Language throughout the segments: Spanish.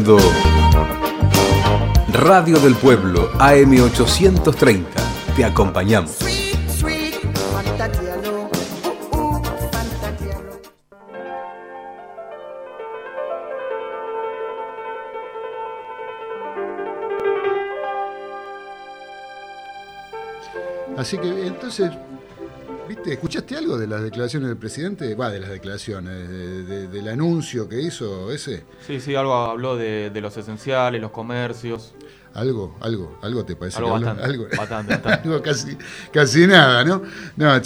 escuchando Radio del Pueblo, AM830. Te acompañamos. Así que entonces, ¿viste? ¿Escuchaste algo de las declaraciones del presidente? Va, de las declaraciones, del anuncio que hizo ese. Sí, algo habló de los esenciales, los comercios. Algo te parece algo que bastante, habló? bastante. Algo casi nada, ¿no? No,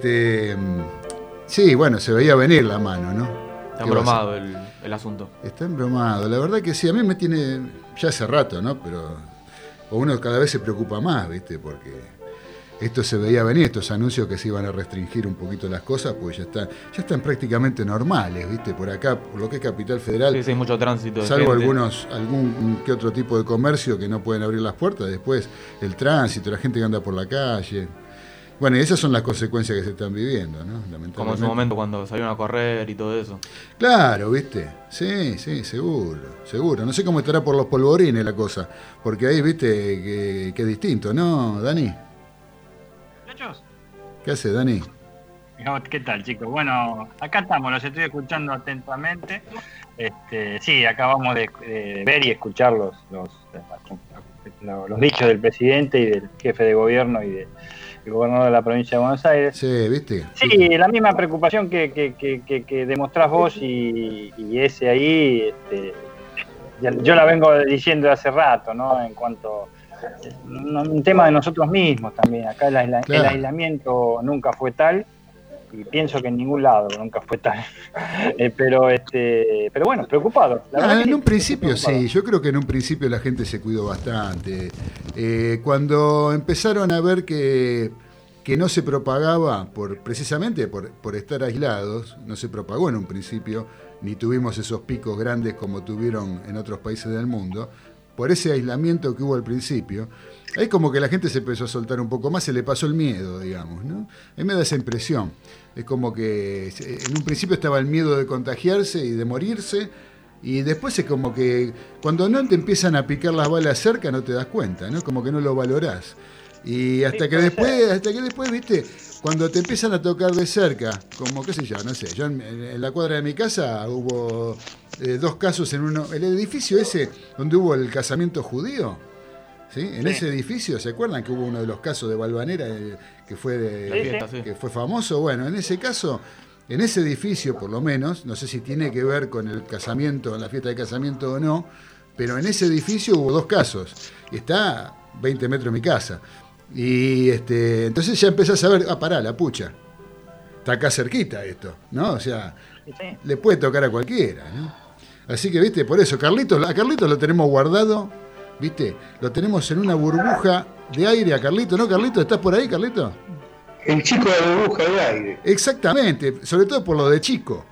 sí, bueno, se veía venir la mano, ¿no? Está embromado el asunto. Está embromado, la verdad que sí, a mí me tiene, ya hace rato, ¿no? Pero uno cada vez se preocupa más, ¿viste? Porque esto se veía venir, estos anuncios que se iban a restringir un poquito las cosas, pues ya están prácticamente normales, ¿viste? Por acá, por lo que es Capital Federal. Sí, hay mucho tránsito. Salvo algún que otro tipo de comercio que no pueden abrir las puertas, después el tránsito, la gente que anda por la calle. Bueno, y esas son las consecuencias que se están viviendo, ¿no? Lamentablemente. Como en su momento cuando salieron a correr y todo eso. Claro, ¿viste? Sí, seguro. No sé cómo estará por los polvorines la cosa, porque ahí, ¿viste? Que es distinto, ¿no, Dani? ¿Qué hace, Dani? ¿Qué tal, chicos? Bueno, acá estamos, los estoy escuchando atentamente. Sí, acabamos de ver y escuchar los dichos del presidente y del jefe de gobierno y del gobernador de la provincia de Buenos Aires. Sí, ¿viste? Sí, la misma preocupación que demostrás vos y ese ahí, yo la vengo diciendo hace rato, ¿no? En cuanto un tema de nosotros mismos también. Acá el aislamiento nunca fue tal y pienso que en ningún lado nunca fue tal. Pero bueno, preocupado. En un principio sí, yo creo que en un principio la gente se cuidó bastante. Cuando empezaron a ver que no se propagaba precisamente por estar aislados, no se propagó en un principio, ni tuvimos esos picos grandes como tuvieron en otros países del mundo. Por ese aislamiento que hubo al principio, ahí como que la gente se empezó a soltar un poco más, se le pasó el miedo, digamos, ¿no? A mí me da esa impresión. Es como que en un principio estaba el miedo de contagiarse y de morirse, y después es como que cuando no te empiezan a picar las balas cerca no te das cuenta, ¿no? Como que no lo valorás. Y hasta que después, ¿viste? Cuando te empiezan a tocar de cerca, como qué sé yo, no sé, yo en la cuadra de mi casa hubo 2 casos en el edificio ese donde hubo el casamiento judío, ¿sí? En ese edificio, ¿se acuerdan que hubo uno de los casos de Valvanera que fue famoso? Bueno, en ese caso, en ese edificio por lo menos, no sé si tiene que ver con el casamiento, la fiesta de casamiento o no, pero en ese edificio hubo 2 casos y está a 20 metros de mi casa. Y entonces ya empezás a ver, pará, la pucha, está acá cerquita esto, ¿no? O sea, le puede tocar a cualquiera, ¿no? Así que, ¿viste? Por eso, a Carlitos lo tenemos guardado, ¿viste? Lo tenemos en una burbuja de aire a Carlitos, ¿no, Carlitos? ¿Estás por ahí, Carlitos? El chico de la burbuja de aire. Exactamente, sobre todo por lo de chico.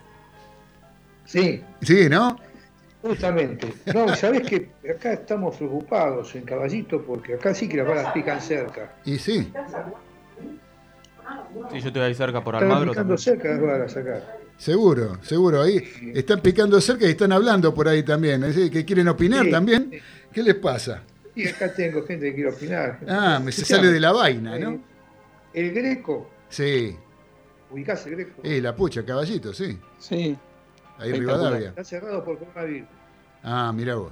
Sí. Sí, ¿no? Justamente. No, ¿sabés que acá estamos preocupados en Caballito? Porque acá sí que las balas pican cerca. Y sí. Sí, yo estoy ahí cerca por Están Almagro. picando cerca las balas acá. Seguro. Ahí están picando cerca y están hablando por ahí también. ¿Es decir, que quieren opinar también? ¿Qué les pasa? Y acá tengo gente que quiere opinar. Se sale de la vaina, ¿no? El Greco. Sí. ¿Ubicás el Greco? La pucha, Caballito, sí. Sí. Ahí en Rivadavia. Está cerrado por coronavirus. Mirá vos.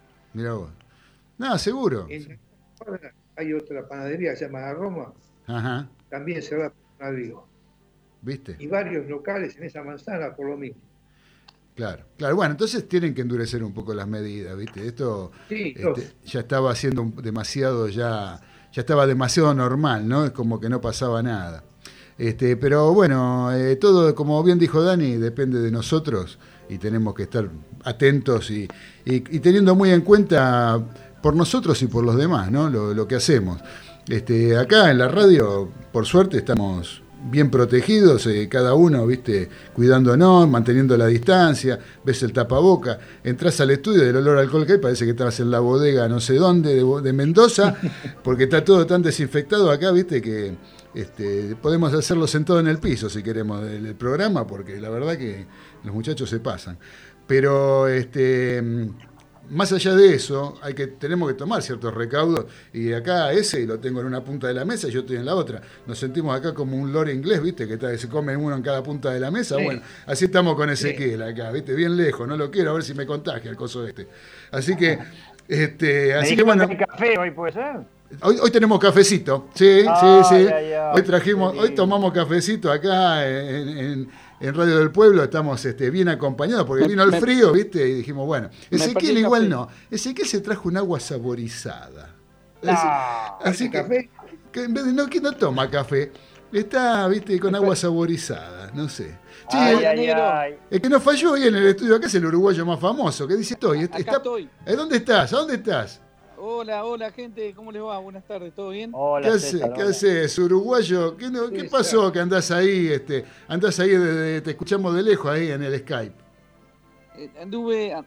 No, seguro. En la cuadra hay otra panadería que se llama La Roma. Ajá. También cerrada por coronavirus. ¿Viste? Y varios locales en esa manzana por lo mismo. Claro. Bueno, entonces tienen que endurecer un poco las medidas, ¿viste? Esto ya estaba haciendo demasiado, ya estaba demasiado normal, ¿no? Es como que no pasaba nada. Pero bueno, todo, como bien dijo Dani, depende de nosotros y tenemos que estar atentos y teniendo muy en cuenta por nosotros y por los demás, ¿no? Lo que hacemos. Acá en la radio, por suerte, estamos bien protegidos, cada uno, ¿viste? Cuidándonos, manteniendo la distancia, ves el tapaboca, entras al estudio del olor a alcohol que hay, parece que estás en la bodega no sé dónde, de Mendoza, porque está todo tan desinfectado acá, ¿viste? Que podemos hacerlo sentado en el piso si queremos el programa, porque la verdad que los muchachos se pasan. Pero más allá de eso, tenemos que tomar ciertos recaudos, y acá ese lo tengo en una punta de la mesa y yo estoy en la otra. Nos sentimos acá como un loro inglés, ¿viste? Que se come uno en cada punta de la mesa. Sí. Bueno, así estamos con Ezequiel acá, ¿viste? Bien lejos, no lo quiero, a ver si me contagia el coso este. Así que, así que bueno. Café hoy puede ser? Hoy tenemos cafecito, sí. Hoy hoy tomamos cafecito acá en Radio del Pueblo, estamos bien acompañados, porque vino el frío, ¿viste? Y dijimos, bueno, Ezequiel igual no. Ezequiel se trajo un agua saborizada. Así que en vez de que no toma café, está, ¿viste? Con agua saborizada, no sé. Sí, el que nos falló hoy en el estudio acá es el uruguayo más famoso, que dice, estoy. ¿Dónde estás? ¿A dónde estás? Hola gente, ¿cómo les va? Buenas tardes, ¿todo bien? Hola, ¿Qué haces, uruguayo? ¿Qué pasó que andás ahí? Te escuchamos de lejos ahí en el Skype. Anduve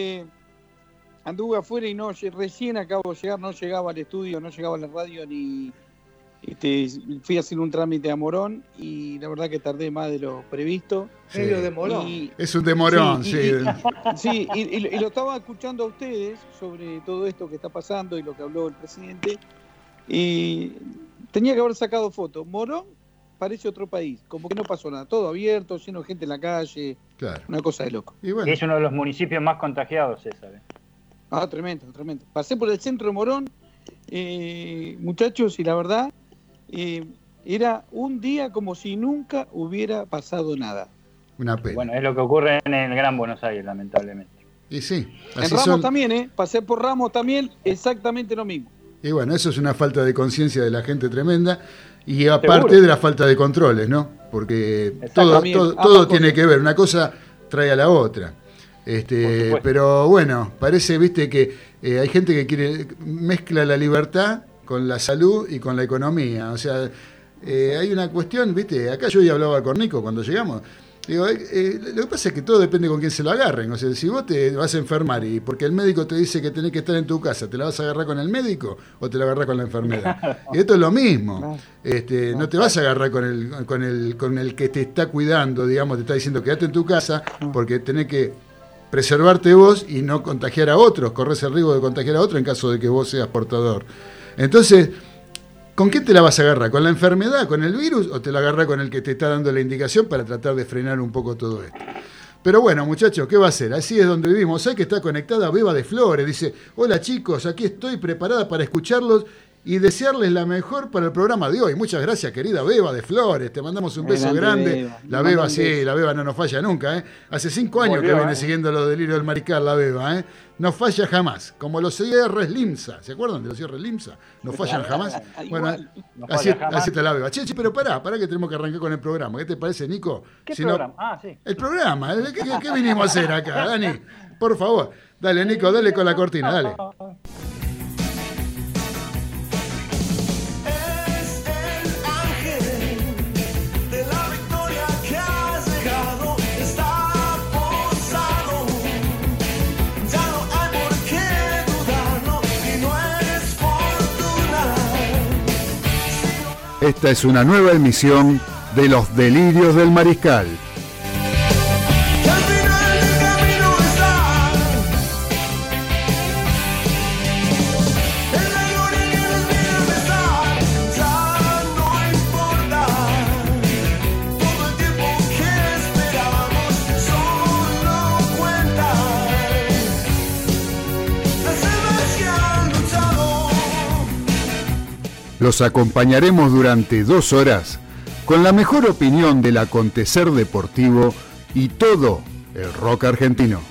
afuera y recién acabo de llegar, no llegaba al estudio, no llegaba a la radio ni... fui a hacer un trámite a Morón y la verdad que tardé más de lo previsto. Sí. Medio demorón. Es un demorón, sí. Sí, y lo estaba escuchando a ustedes sobre todo esto que está pasando y lo que habló el presidente. Y tenía que haber sacado fotos. Morón parece otro país, como que no pasó nada. Todo abierto, lleno de gente en la calle. Claro. Una cosa de loco. Y bueno. Es uno de los municipios más contagiados, César. Tremendo. Pasé por el centro de Morón, muchachos, y la verdad... era un día como si nunca hubiera pasado nada. Una pena. Bueno, es lo que ocurre en el Gran Buenos Aires, lamentablemente. Y sí. En Ramos también, pasé por Ramos también, exactamente lo mismo. Y bueno, eso es una falta de conciencia de la gente tremenda, y aparte de la falta de controles, ¿no? Porque todo tiene que ver, una cosa trae a la otra. Pero bueno, parece, viste, que hay gente que mezcla la libertad con la salud y con la economía. O sea, hay una cuestión, ¿viste? Acá yo ya hablaba con Nico cuando llegamos. Digo, lo que pasa es que todo depende con quién se lo agarren. O sea, si vos te vas a enfermar y porque el médico te dice que tenés que estar en tu casa, ¿te la vas a agarrar con el médico o te la agarrás con la enfermedad? Y esto es lo mismo. No te vas a agarrar con el que te está cuidando, digamos, te está diciendo quédate en tu casa porque tenés que preservarte vos y no contagiar a otros. Corres el riesgo de contagiar a otros en caso de que vos seas portador. Entonces, ¿con qué te la vas a agarrar? ¿Con la enfermedad, con el virus, o te la agarras con el que te está dando la indicación para tratar de frenar un poco todo esto? Pero bueno, muchachos, ¿qué va a ser? Así es donde vivimos. Hay que está conectada Beba de Flores. Dice, hola chicos, aquí estoy preparada para escucharlos y desearles la mejor para el programa de hoy. Muchas gracias, querida Beba de Flores. Te mandamos un beso grande. Beba. La Beba no nos falla nunca, ¿eh? Hace 5 años que viene siguiendo los delirios del Mariscal, la Beba, ¿eh? No falla jamás. Como los cierres Limsa. ¿Se acuerdan de los cierres Limsa? No fallan jamás. Bueno, así está la Beba. Che, pero pará que tenemos que arrancar con el programa. ¿Qué te parece, Nico? ¿Qué programa? Sí. El programa. ¿Qué vinimos a hacer acá, Dani? Por favor. Dale, Nico, dale con la cortina, dale. Esta es una nueva emisión de Los Delirios del Mariscal. Los acompañaremos durante 2 horas con la mejor opinión del acontecer deportivo y todo el rock argentino.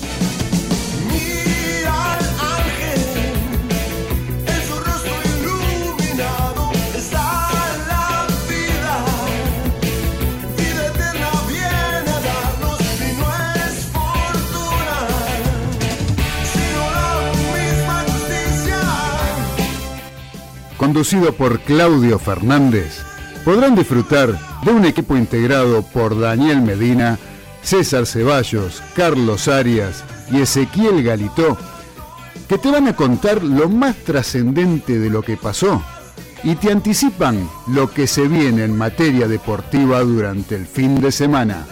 Conducido por Claudio Fernández, podrán disfrutar de un equipo integrado por Daniel Medina, César Ceballos, Carlos Arias y Ezequiel Galitó, que te van a contar lo más trascendente de lo que pasó y te anticipan lo que se viene en materia deportiva durante el fin de semana.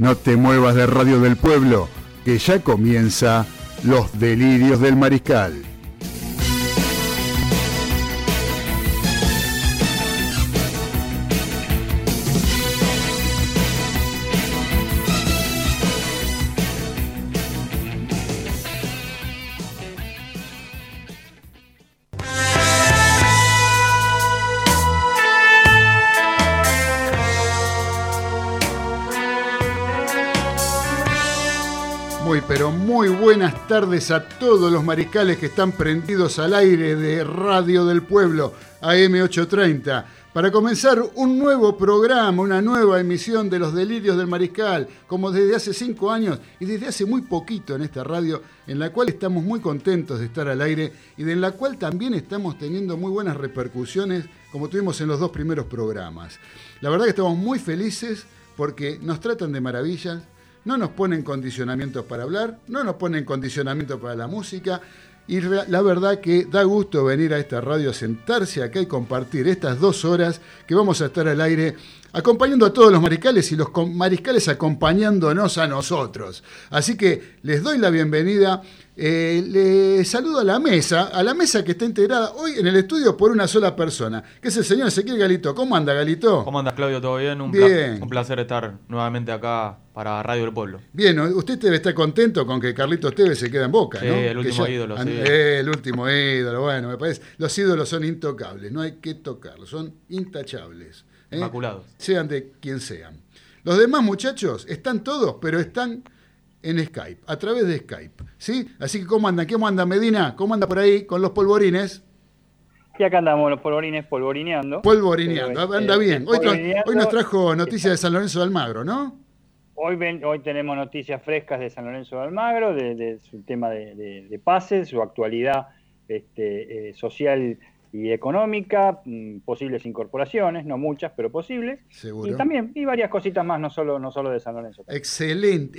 No te muevas de Radio del Pueblo, que ya comienza Los Delirios del Mariscal. Pero muy buenas tardes a todos los mariscales que están prendidos al aire de Radio del Pueblo, AM830, para comenzar un nuevo programa, una nueva emisión de Los Delirios del Mariscal, como desde hace 5 años y desde hace muy poquito en esta radio, en la cual estamos muy contentos de estar al aire y de la cual también estamos teniendo muy buenas repercusiones, como tuvimos en los 2 primeros programas. La verdad que estamos muy felices porque nos tratan de maravilla. No nos ponen condicionamientos para hablar, no nos ponen condicionamientos para la música y la verdad que da gusto venir a esta radio, sentarse acá y compartir estas 2 horas que vamos a estar al aire acompañando a todos los mariscales y los mariscales acompañándonos a nosotros. Así que les doy la bienvenida, les saludo a la mesa que está integrada hoy en el estudio por una sola persona, que es el señor Ezequiel Galito. ¿Cómo anda, Galito? ¿Cómo andas, Claudio? ¿Todo bien? Un placer estar nuevamente acá para Radio del Pueblo. Bien, usted debe estar contento con que Carlitos Tevez se queda en Boca, sí, ¿no? El último ídolo, sí. El último ídolo, bueno, me parece. Los ídolos son intocables, no hay que tocarlos, son intachables. Inmaculados. Sean de quien sean. Los demás muchachos están todos, pero están en Skype, a través de Skype, ¿sí? Así que, ¿cómo anda Medina? ¿Cómo anda por ahí con los polvorines? Y acá andamos los polvorines polvorineando. Anda bien. Hoy nos trajo noticias de San Lorenzo de Almagro, ¿no? Hoy tenemos noticias frescas de San Lorenzo de Almagro, de su tema de pases, su actualidad social y económica, posibles incorporaciones, no muchas, pero posibles. Seguro. Y también varias cositas más, no solo de San Lorenzo. Excelente,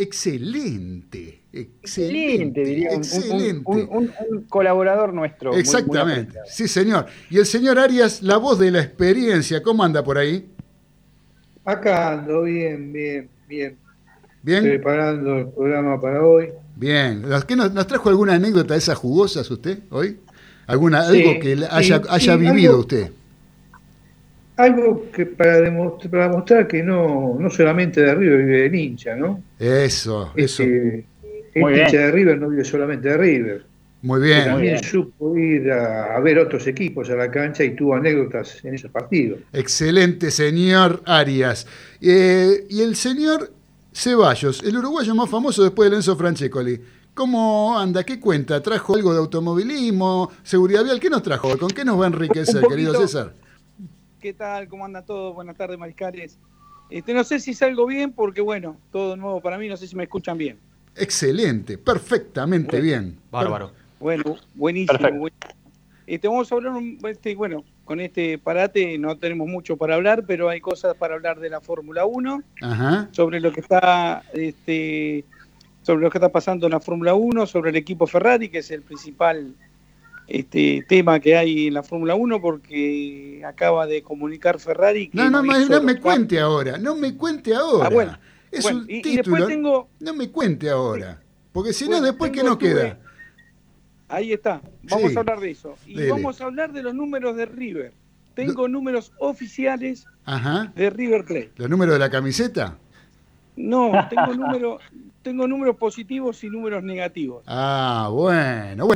diría un colaborador nuestro. Exactamente, muy sí señor. Y el señor Arias, la voz de la experiencia, ¿cómo anda por ahí? Acá ando bien. ¿Bien? Preparando el programa para hoy. Bien. ¿Nos trajo alguna anécdota de esas jugosas usted hoy? Algo que haya vivido usted. Algo que para mostrar que no solamente de River vive del hincha, ¿no? Eso. El hincha de River no vive solamente de River. Muy bien. También supo ir a ver otros equipos a la cancha y tuvo anécdotas en esos partidos. Excelente, señor Arias. Y el señor Ceballos, el uruguayo más famoso después de Enzo Francescoli. ¿Cómo anda? ¿Qué cuenta? ¿Trajo algo de automovilismo, seguridad vial? ¿Qué nos trajo? ¿Con qué nos va a enriquecer, querido César? ¿Qué tal? ¿Cómo anda todo? Buenas tardes, mariscales. No sé si salgo bien porque, bueno, todo nuevo para mí, no sé si me escuchan bien. Excelente, perfectamente bien. Bárbaro. Bueno, buenísimo. Vamos a hablar, con este parate no tenemos mucho para hablar, pero hay cosas para hablar de la Fórmula 1, Ajá. sobre lo que está pasando en la Fórmula 1, sobre el equipo Ferrari, que es el principal tema que hay en la Fórmula 1, porque acaba de comunicar Ferrari que no me cuente ahora. Ah, bueno. Es bueno, un y título. No me cuente ahora, porque si no, después, ¿qué nos queda? Ahí está, vamos Sí. a hablar de eso. Y Dele. vamos a hablar de los números de River. Tengo números oficiales Ajá. de River Plate. ¿Los números de la camiseta? No, tengo números positivos y números negativos. Ah, bueno.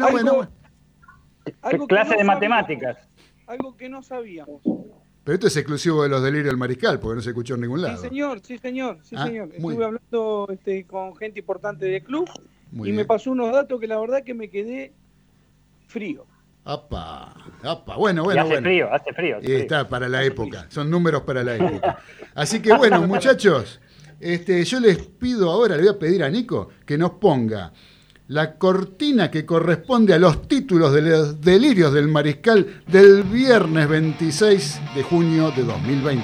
Algo Clase que de no matemáticas. Algo que no sabíamos. Pero esto es exclusivo de los delirios del mariscal, porque no se escuchó en ningún lado. Sí, señor. Ah, muy Estuve hablando con gente importante del club Muy y bien. me pasó unos datos que la verdad que me quedé frío. Apa. Bueno. Y hace frío. Y está para la época, son números para la época. Así que bueno, muchachos, yo les pido ahora, le voy a pedir a Nico que nos ponga la cortina que corresponde a los títulos de los delirios del mariscal del viernes 26 de junio de 2020.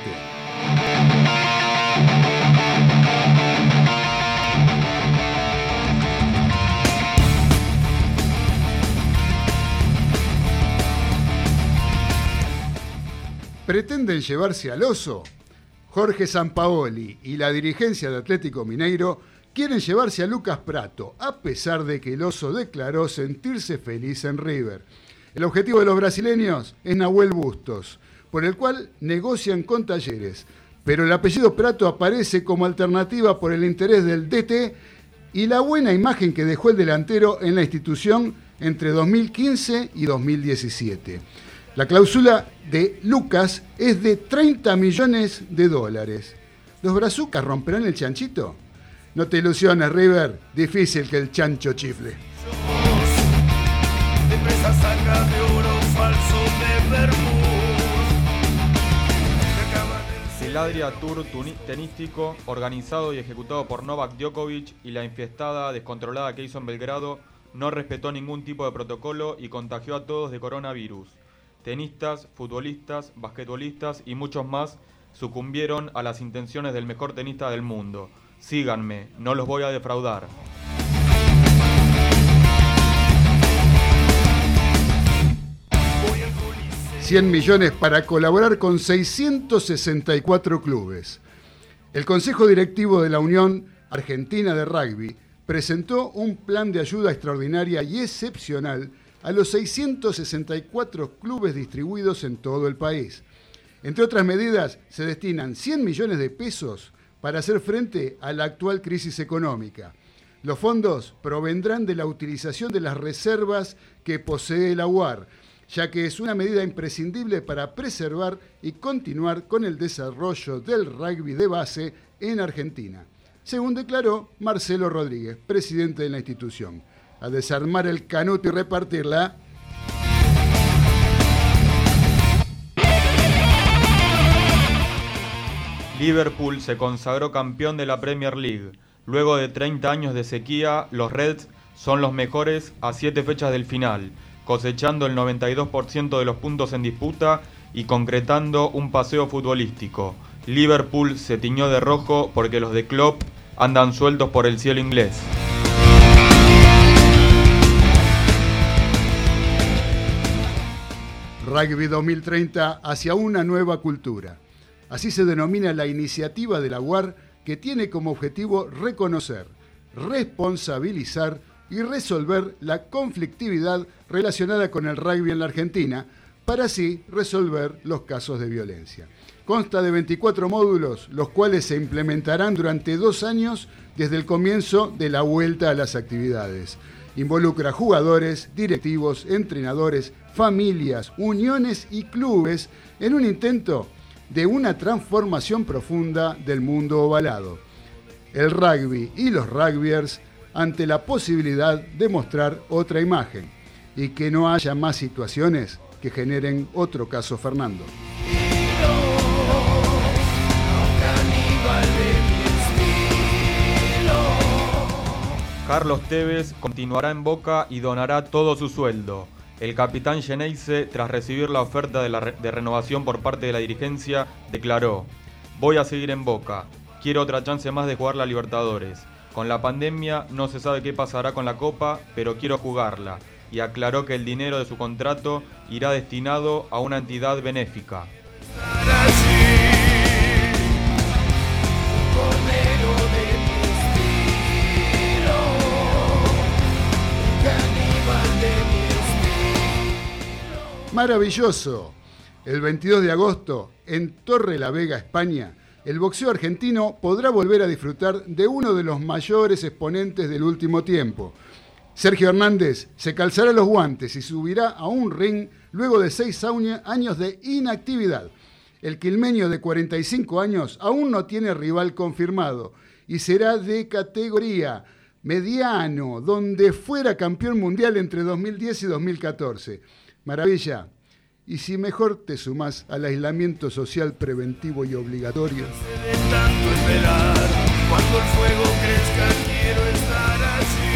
¿Pretenden llevarse al oso? Jorge Sampaoli y la dirigencia de Atlético Mineiro quieren llevarse a Lucas Pratto, a pesar de que el oso declaró sentirse feliz en River. El objetivo de los brasileños es Nahuel Bustos, por el cual negocian con Talleres, pero el apellido Pratto aparece como alternativa por el interés del DT y la buena imagen que dejó el delantero en la institución entre 2015 y 2017. La cláusula de Lucas es de $30 millones. ¿Los brazucas romperán el chanchito? No te ilusiones, River, difícil que el chancho chifle. El Adria Tour tenístico, organizado y ejecutado por Novak Djokovic, y la infiestada, descontrolada que hizo en Belgrado, no respetó ningún tipo de protocolo y contagió a todos de coronavirus. Tenistas, futbolistas, basquetbolistas y muchos más sucumbieron a las intenciones del mejor tenista del mundo. Síganme, no los voy a defraudar. $100 millones para colaborar con 664 clubes. El Consejo Directivo de la Unión Argentina de Rugby presentó un plan de ayuda extraordinaria y excepcional a los 664 clubes distribuidos en todo el país. Entre otras medidas, se destinan $100 millones para hacer frente a la actual crisis económica. Los fondos provendrán de la utilización de las reservas que posee la UAR, ya que es una medida imprescindible para preservar y continuar con el desarrollo del rugby de base en Argentina, según declaró Marcelo Rodríguez, presidente de la institución. A desarmar el canuto y repartirla. Liverpool se consagró campeón de la Premier League. Luego de 30 años de sequía, los Reds son los mejores a 7 fechas del final, cosechando el 92% de los puntos en disputa y concretando un paseo futbolístico. Liverpool se tiñó de rojo porque los de Klopp andan sueltos por el cielo inglés. Rugby 2030 hacia una nueva cultura. Así se denomina la iniciativa de la UAR, que tiene como objetivo reconocer, responsabilizar y resolver la conflictividad relacionada con el rugby en la Argentina, para así resolver los casos de violencia. Consta de 24 módulos, los cuales se implementarán durante 2 años desde el comienzo de la vuelta a las actividades. Involucra jugadores, directivos, entrenadores, familias, uniones y clubes en un intento de una transformación profunda del mundo ovalado. El rugby y los rugbyers ante la posibilidad de mostrar otra imagen y que no haya más situaciones que generen otro caso Fernando. Carlos Tevez continuará en Boca y donará todo su sueldo. El capitán Geneise, tras recibir la oferta de renovación por parte de la dirigencia, declaró: voy a seguir en Boca, quiero otra chance más de jugar la Libertadores. Con la pandemia no se sabe qué pasará con la Copa, pero quiero jugarla. Y aclaró que el dinero de su contrato irá destinado a una entidad benéfica. Maravilloso. El 22 de agosto, en Torre la Vega, España, el boxeo argentino podrá volver a disfrutar de uno de los mayores exponentes del último tiempo. Sergio Hernández se calzará los guantes y subirá a un ring luego de 6 años de inactividad. El quilmeño de 45 años aún no tiene rival confirmado y será de categoría mediano, donde fuera campeón mundial entre 2010 y 2014. Maravilla. Y si mejor te sumás al aislamiento social preventivo y obligatorio. Cuando el fuego crezca, quiero estar así.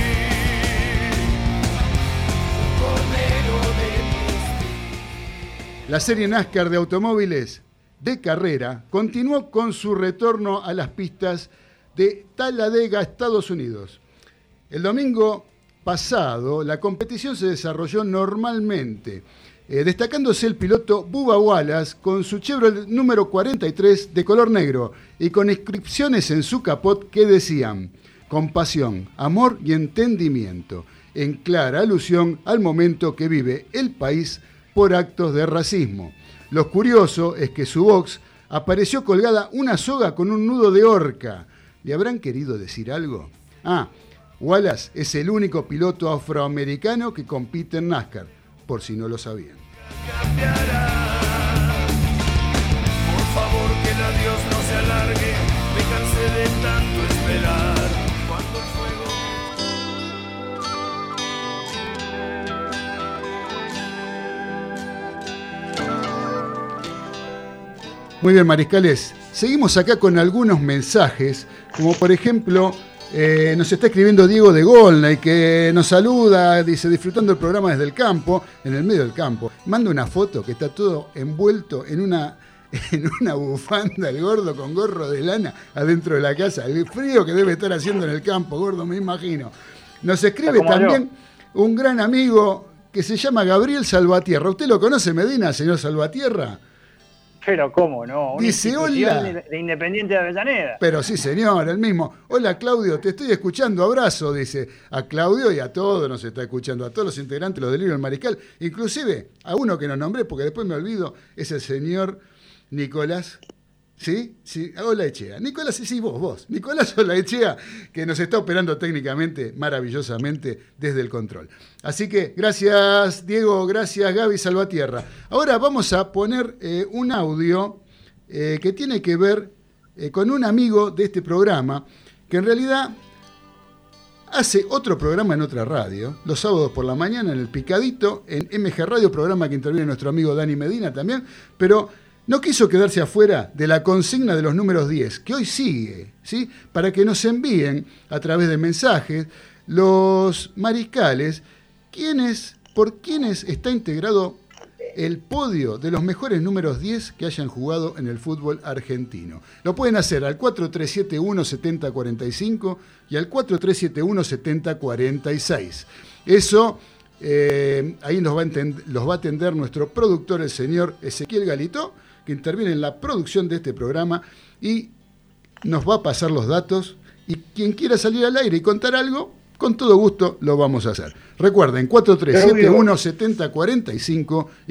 La serie NASCAR de automóviles de carrera continuó con su retorno a las pistas de Talladega, Estados Unidos. El domingo pasado, la competición se desarrolló normalmente, destacándose el piloto Bubba Wallace con su Chevrolet número 43 de color negro y con inscripciones en su capot que decían: compasión, amor y entendimiento, en clara alusión al momento que vive el país por actos de racismo. Lo curioso es que su box apareció colgada una soga con un nudo de horca. ¿Le habrán querido decir algo? Wallace es el único piloto afroamericano que compite en NASCAR, por si no lo sabían. Por favor, que el adiós no se alargue, me cansé de tanto esperar. Cuando el fuego... Muy bien, mariscales. Seguimos acá con algunos mensajes, como por ejemplo, nos está escribiendo Diego de Golnay, que nos saluda, dice, disfrutando el programa desde el campo, en el medio del campo. Manda una foto que está todo envuelto en una bufanda, el gordo con gorro de lana adentro de la casa. El frío que debe estar haciendo en el campo, gordo, me imagino. Nos escribe también un gran amigo que se llama Gabriel Salvatierra. ¿Usted lo conoce, Medina, señor Salvatierra? Pero cómo no, una dice, institución hola. de Independiente de Avellaneda. Pero sí, señor, el mismo. Hola, Claudio, te estoy escuchando, abrazo, dice. A Claudio y a todos nos está escuchando, a todos los integrantes de los Delirios del Mariscal, inclusive a uno que nos nombré, porque después me olvido, es el señor Nicolás. ¿Sí? Sí, Olaechea. Nicolás, sí, vos. Nicolás Olaechea, que nos está operando técnicamente, maravillosamente, desde el control. Así que, gracias, Diego, gracias, Gaby Salvatierra. Ahora vamos a poner un audio que tiene que ver con un amigo de este programa, que en realidad hace otro programa en otra radio, los sábados por la mañana, en El Picadito, en MG Radio, programa que interviene nuestro amigo Dani Medina también, pero no quiso quedarse afuera de la consigna de los números 10, que hoy sigue, ¿sí? Para que nos envíen a través de mensajes los mariscales por quienes está integrado el podio de los mejores números 10 que hayan jugado en el fútbol argentino. Lo pueden hacer al 4371-7045 y al 4371-7046. Eso, ahí los va a atender nuestro productor, el señor Ezequiel Galito, que interviene en la producción de este programa y nos va a pasar los datos, y quien quiera salir al aire y contar algo, con todo gusto lo vamos a hacer. Recuerden, 4371-7045 y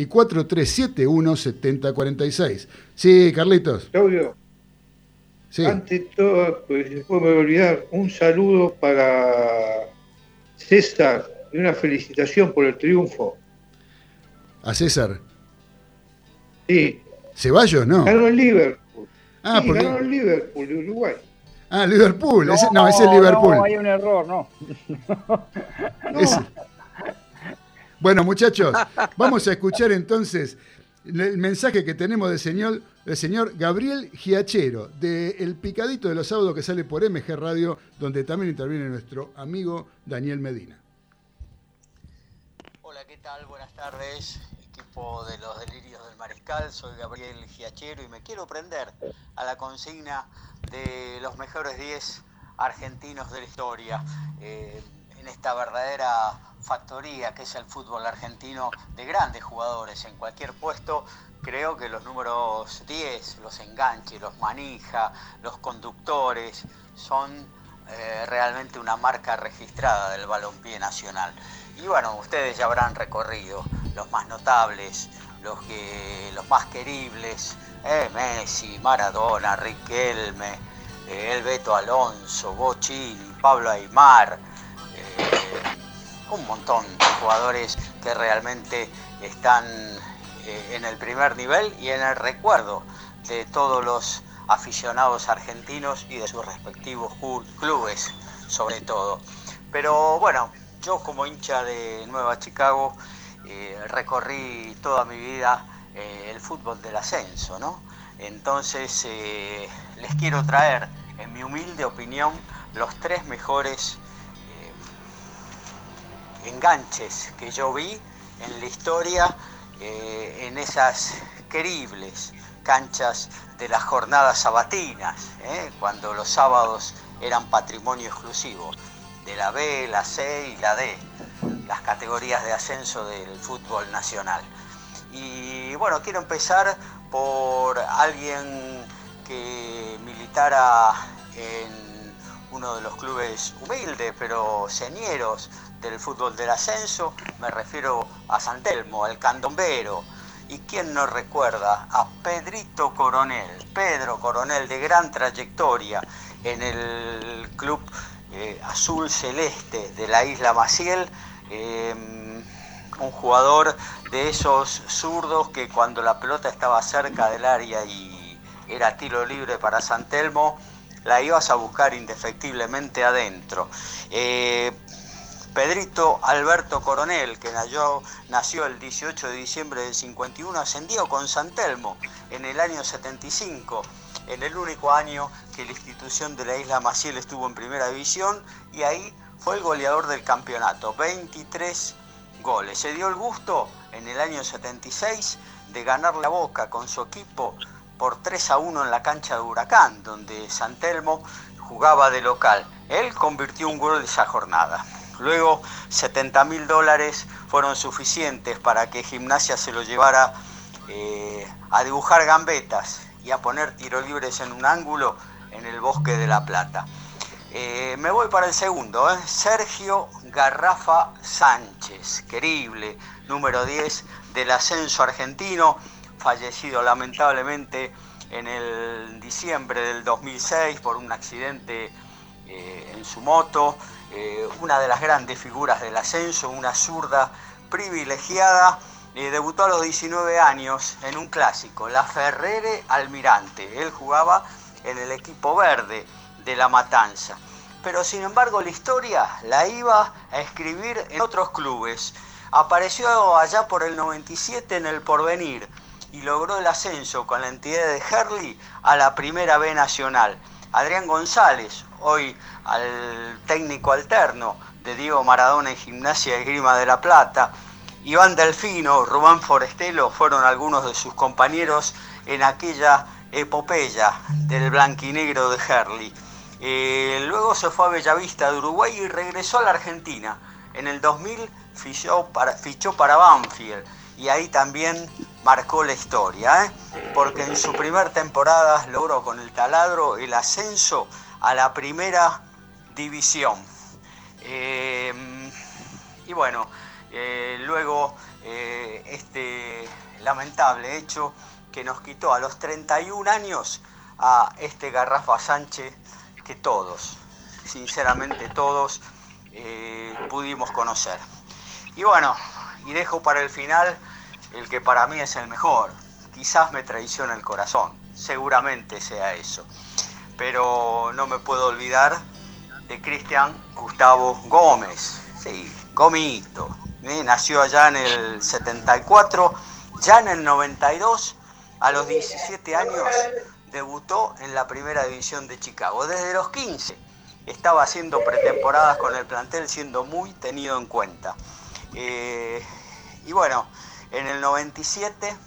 4371-7046. Sí, Carlitos. Claudio, sí. Ante todo, pues después me voy a olvidar, un saludo para César y una felicitación por el triunfo. ¿A César? Sí. ¿Ceballos, no? Ganó el Liverpool. Sí, porque ganó el Liverpool de Uruguay. Liverpool. Ese es el Liverpool. No, hay un error, no. Bueno, muchachos, vamos a escuchar entonces el mensaje que tenemos del señor Gabriel Giachero, de El Picadito de los sábados, que sale por MG Radio, donde también interviene nuestro amigo Daniel Medina. Hola, ¿qué tal? Buenas tardes, equipo de los Delirios del Mariscal. Soy Gabriel Giachero y me quiero prender a la consigna de los mejores 10 argentinos de la historia, en esta verdadera factoría que es el fútbol argentino, de grandes jugadores en cualquier puesto. Creo que los números 10, los enganches, los manija, los conductores, son realmente una marca registrada del balompié nacional. Y bueno, ustedes ya habrán recorrido los más notables, los más queribles, Messi, Maradona, Riquelme, el Beto Alonso, Bochini, Pablo Aimar, un montón de jugadores que realmente están en el primer nivel y en el recuerdo de todos los aficionados argentinos y de sus respectivos clubes, sobre todo. Pero bueno, yo como hincha de Nueva Chicago recorrí toda mi vida el fútbol del ascenso, ¿no? Entonces les quiero traer, en mi humilde opinión, los 3 mejores enganches que yo vi en la historia, en esas queribles canchas de las jornadas sabatinas, cuando los sábados eran patrimonio exclusivo de la B, la C y la D, las categorías de ascenso del fútbol nacional. Y bueno, quiero empezar por alguien que militara en uno de los clubes humildes pero señeros del fútbol del ascenso. Me refiero a San Telmo, al candombero. ¿Y quién no recuerda a Pedrito Coronel? Pedro Coronel, de gran trayectoria en el club azul celeste de la isla Maciel. Un jugador de esos zurdos que cuando la pelota estaba cerca del área y era tiro libre para San Telmo, la ibas a buscar indefectiblemente adentro. Pedrito Alberto Coronel, que nació el 18 de diciembre del 51, ascendió con San Telmo en el año 75, en el único año que la institución de la isla Maciel estuvo en primera división, y ahí fue el goleador del campeonato, 23 goles. Se dio el gusto en el año 76 de ganar la Boca con su equipo por 3-1 en la cancha de Huracán, donde San Telmo jugaba de local. Él convirtió un gol de esa jornada. Luego $70.000 fueron suficientes para que Gimnasia se lo llevara a dibujar gambetas y a poner tiro libres en un ángulo en el Bosque de La Plata. Me voy para el segundo, Sergio Garrafa Sánchez, querible, número 10 del ascenso argentino, fallecido lamentablemente en el diciembre del 2006 por un accidente en su moto. Una de las grandes figuras del ascenso, una zurda privilegiada. Debutó a los 19 años en un clásico, La Ferrere Almirante. Él jugaba en el equipo verde de La Matanza. Pero sin embargo la historia la iba a escribir en otros clubes. Apareció allá por el 97 en el Porvenir y logró el ascenso con la entidad de Herli a la Primera B Nacional. Adrián González, hoy al técnico alterno de Diego Maradona en Gimnasia y Esgrima de La Plata, Iván Delfino, Rubén Forestelo fueron algunos de sus compañeros en aquella epopeya del blanquinegro de Herli. Luego se fue a Bellavista de Uruguay y regresó a la Argentina. En el 2000 fichó para Banfield y ahí también marcó la historia, porque en su primer temporada logró con el taladro el ascenso a la Primera División. Y bueno, luego este lamentable hecho que nos quitó a los 31 años a este Garrafa Sánchez que todos, sinceramente todos, pudimos conocer. Y bueno, y dejo para el final el que para mí es el mejor. Quizás me traiciona el corazón, seguramente sea eso. Pero no me puedo olvidar de Cristian Gustavo Gómez. Sí, Gomito. Nació allá en el 74, ya en el 92, a los 17 años, debutó en la Primera División de Chicago. Desde los 15 estaba haciendo pretemporadas con el plantel, siendo muy tenido en cuenta. Y bueno, en el 97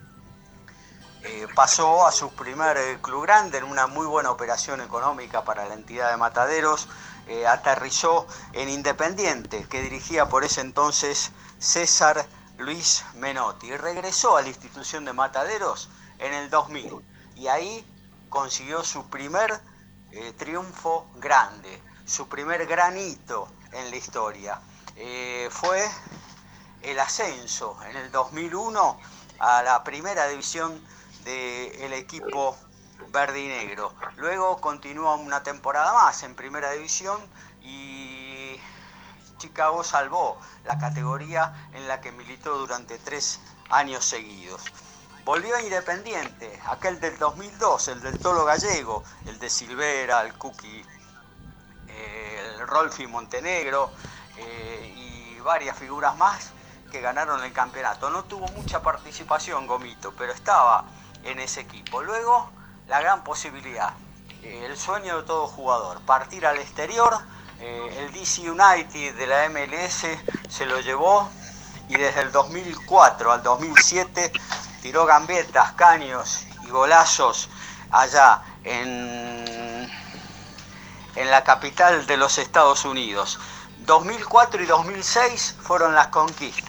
pasó a su primer club grande en una muy buena operación económica para la entidad de Mataderos. Aterrizó en Independiente, que dirigía por ese entonces César Luis Menotti, y regresó a la institución de Mataderos en el 2000 y ahí consiguió su primer triunfo grande, su primer gran hito en la historia. Fue el ascenso en el 2001 a la Primera División del equipo verde y negro. Luego continuó una temporada más en Primera División y Chicago salvó la categoría en la que militó durante 3 años seguidos. Volvió a Independiente, aquel del 2002, el del Tolo Gallego, el de Silvera, el Cookie, el Rolfi Montenegro y varias figuras más que ganaron el campeonato. No tuvo mucha participación Gomito, pero estaba en ese equipo. Luego, la gran posibilidad, el sueño de todo jugador, partir al exterior. El DC United de la MLS se lo llevó y desde el 2004 al 2007 tiró gambetas, caños y golazos allá en la capital de los Estados Unidos. 2004 y 2006 fueron las conquistas.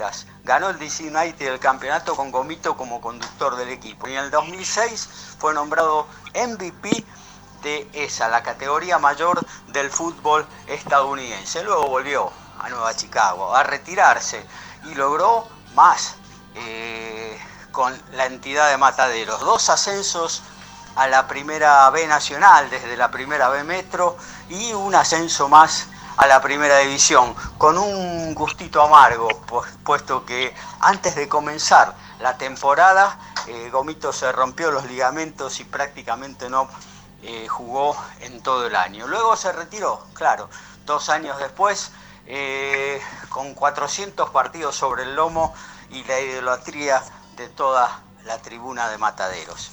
ganó el DC United el campeonato con Gomito como conductor del equipo. Y en el 2006 fue nombrado MVP de esa, la categoría mayor del fútbol estadounidense. Luego volvió a Nueva Chicago a retirarse y logró más con la entidad de Mataderos. 2 ascensos a la Primera B Nacional desde la Primera B Metro y un ascenso más a la Primera División, con un gustito amargo, puesto que antes de comenzar la temporada Gomito se rompió los ligamentos y prácticamente no jugó en todo el año. Luego se retiró, claro, 2 años después, con 400 partidos sobre el lomo y la idolatría de toda la tribuna de Mataderos.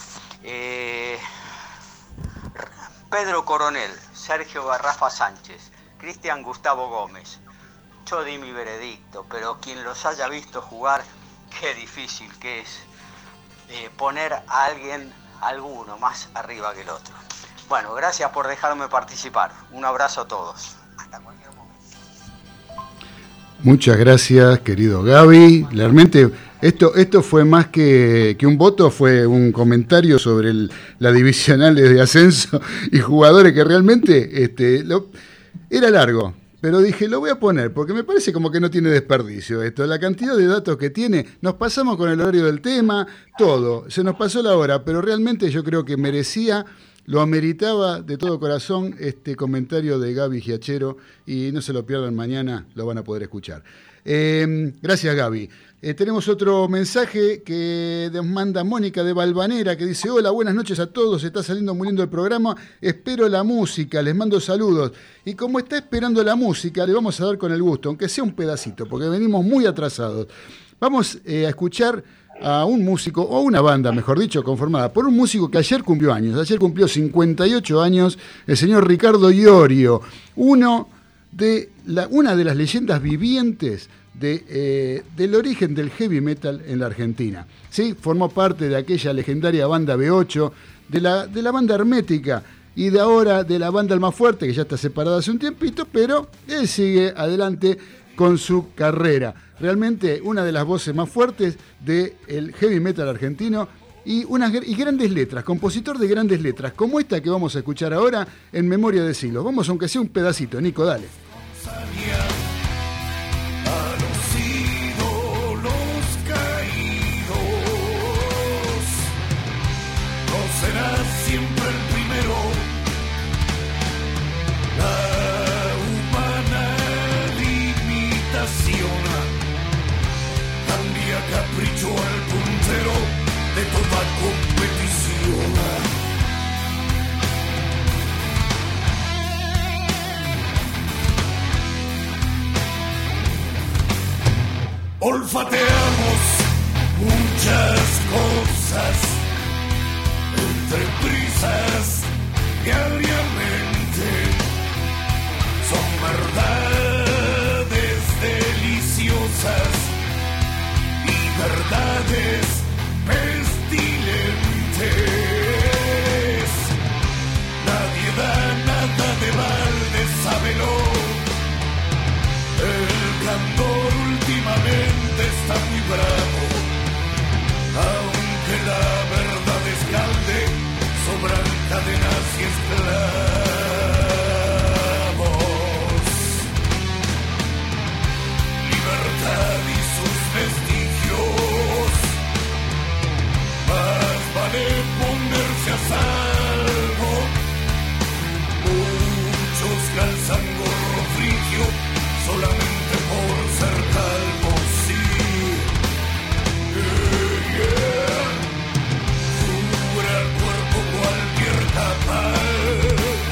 Pedro Coronel, Sergio Garrafa Sánchez, Cristian Gustavo Gómez. Yo di mi veredicto, pero quien los haya visto jugar, qué difícil que es poner a alguno más arriba que el otro. Bueno, gracias por dejarme participar. Un abrazo a todos. Hasta cualquier momento. Muchas gracias, querido Gaby. Realmente esto fue más que un voto, fue un comentario sobre la divisionales de ascenso y jugadores que realmente era largo, pero dije, lo voy a poner, porque me parece como que no tiene desperdicio esto. La cantidad de datos que tiene, nos pasamos con el horario del tema, todo, se nos pasó la hora, pero realmente yo creo que merecía, lo ameritaba de todo corazón este comentario de Gaby Giachero, y no se lo pierdan mañana, lo van a poder escuchar. Gracias, Gaby. Tenemos otro mensaje que nos manda Mónica de Valvanera, que dice: hola, buenas noches a todos, está saliendo muy lindo el programa, espero la música, les mando saludos. Y como está esperando la música, le vamos a dar con el gusto, aunque sea un pedacito, porque venimos muy atrasados. Vamos a escuchar a un músico, o una banda, mejor dicho, conformada por un músico que ayer cumplió años, ayer cumplió 58 años, el señor Ricardo Iorio, una de las leyendas vivientes del origen del heavy metal en la Argentina. ¿Sí? Formó parte de aquella legendaria banda B8, de la banda Hermética, y de ahora de la banda Almafuerte, que ya está separada hace un tiempito, pero él sigue adelante con su carrera. Realmente una de las voces más fuertes del heavy metal argentino y grandes letras, compositor de grandes letras, como esta que vamos a escuchar ahora en Memoria de Siglos. Vamos, aunque sea un pedacito, Nico, dale. Será siempre el primero. La humana limitación cambia capricho al puntero de toda competición. Olfateamos muchas cosas entre prisas diariamente, son verdades deliciosas y verdades pestilentes. Nadie da nada de balde, sábelo. El candor últimamente está muy bravo, aunque la verdad escalde, sobran cadenas y esclavos. Libertad y sus vestigios, más vale ponerse a salvo. Muchos calzan gorro frigio solamente por ser calvos, sí. Cura el cuerpo cualquier capa,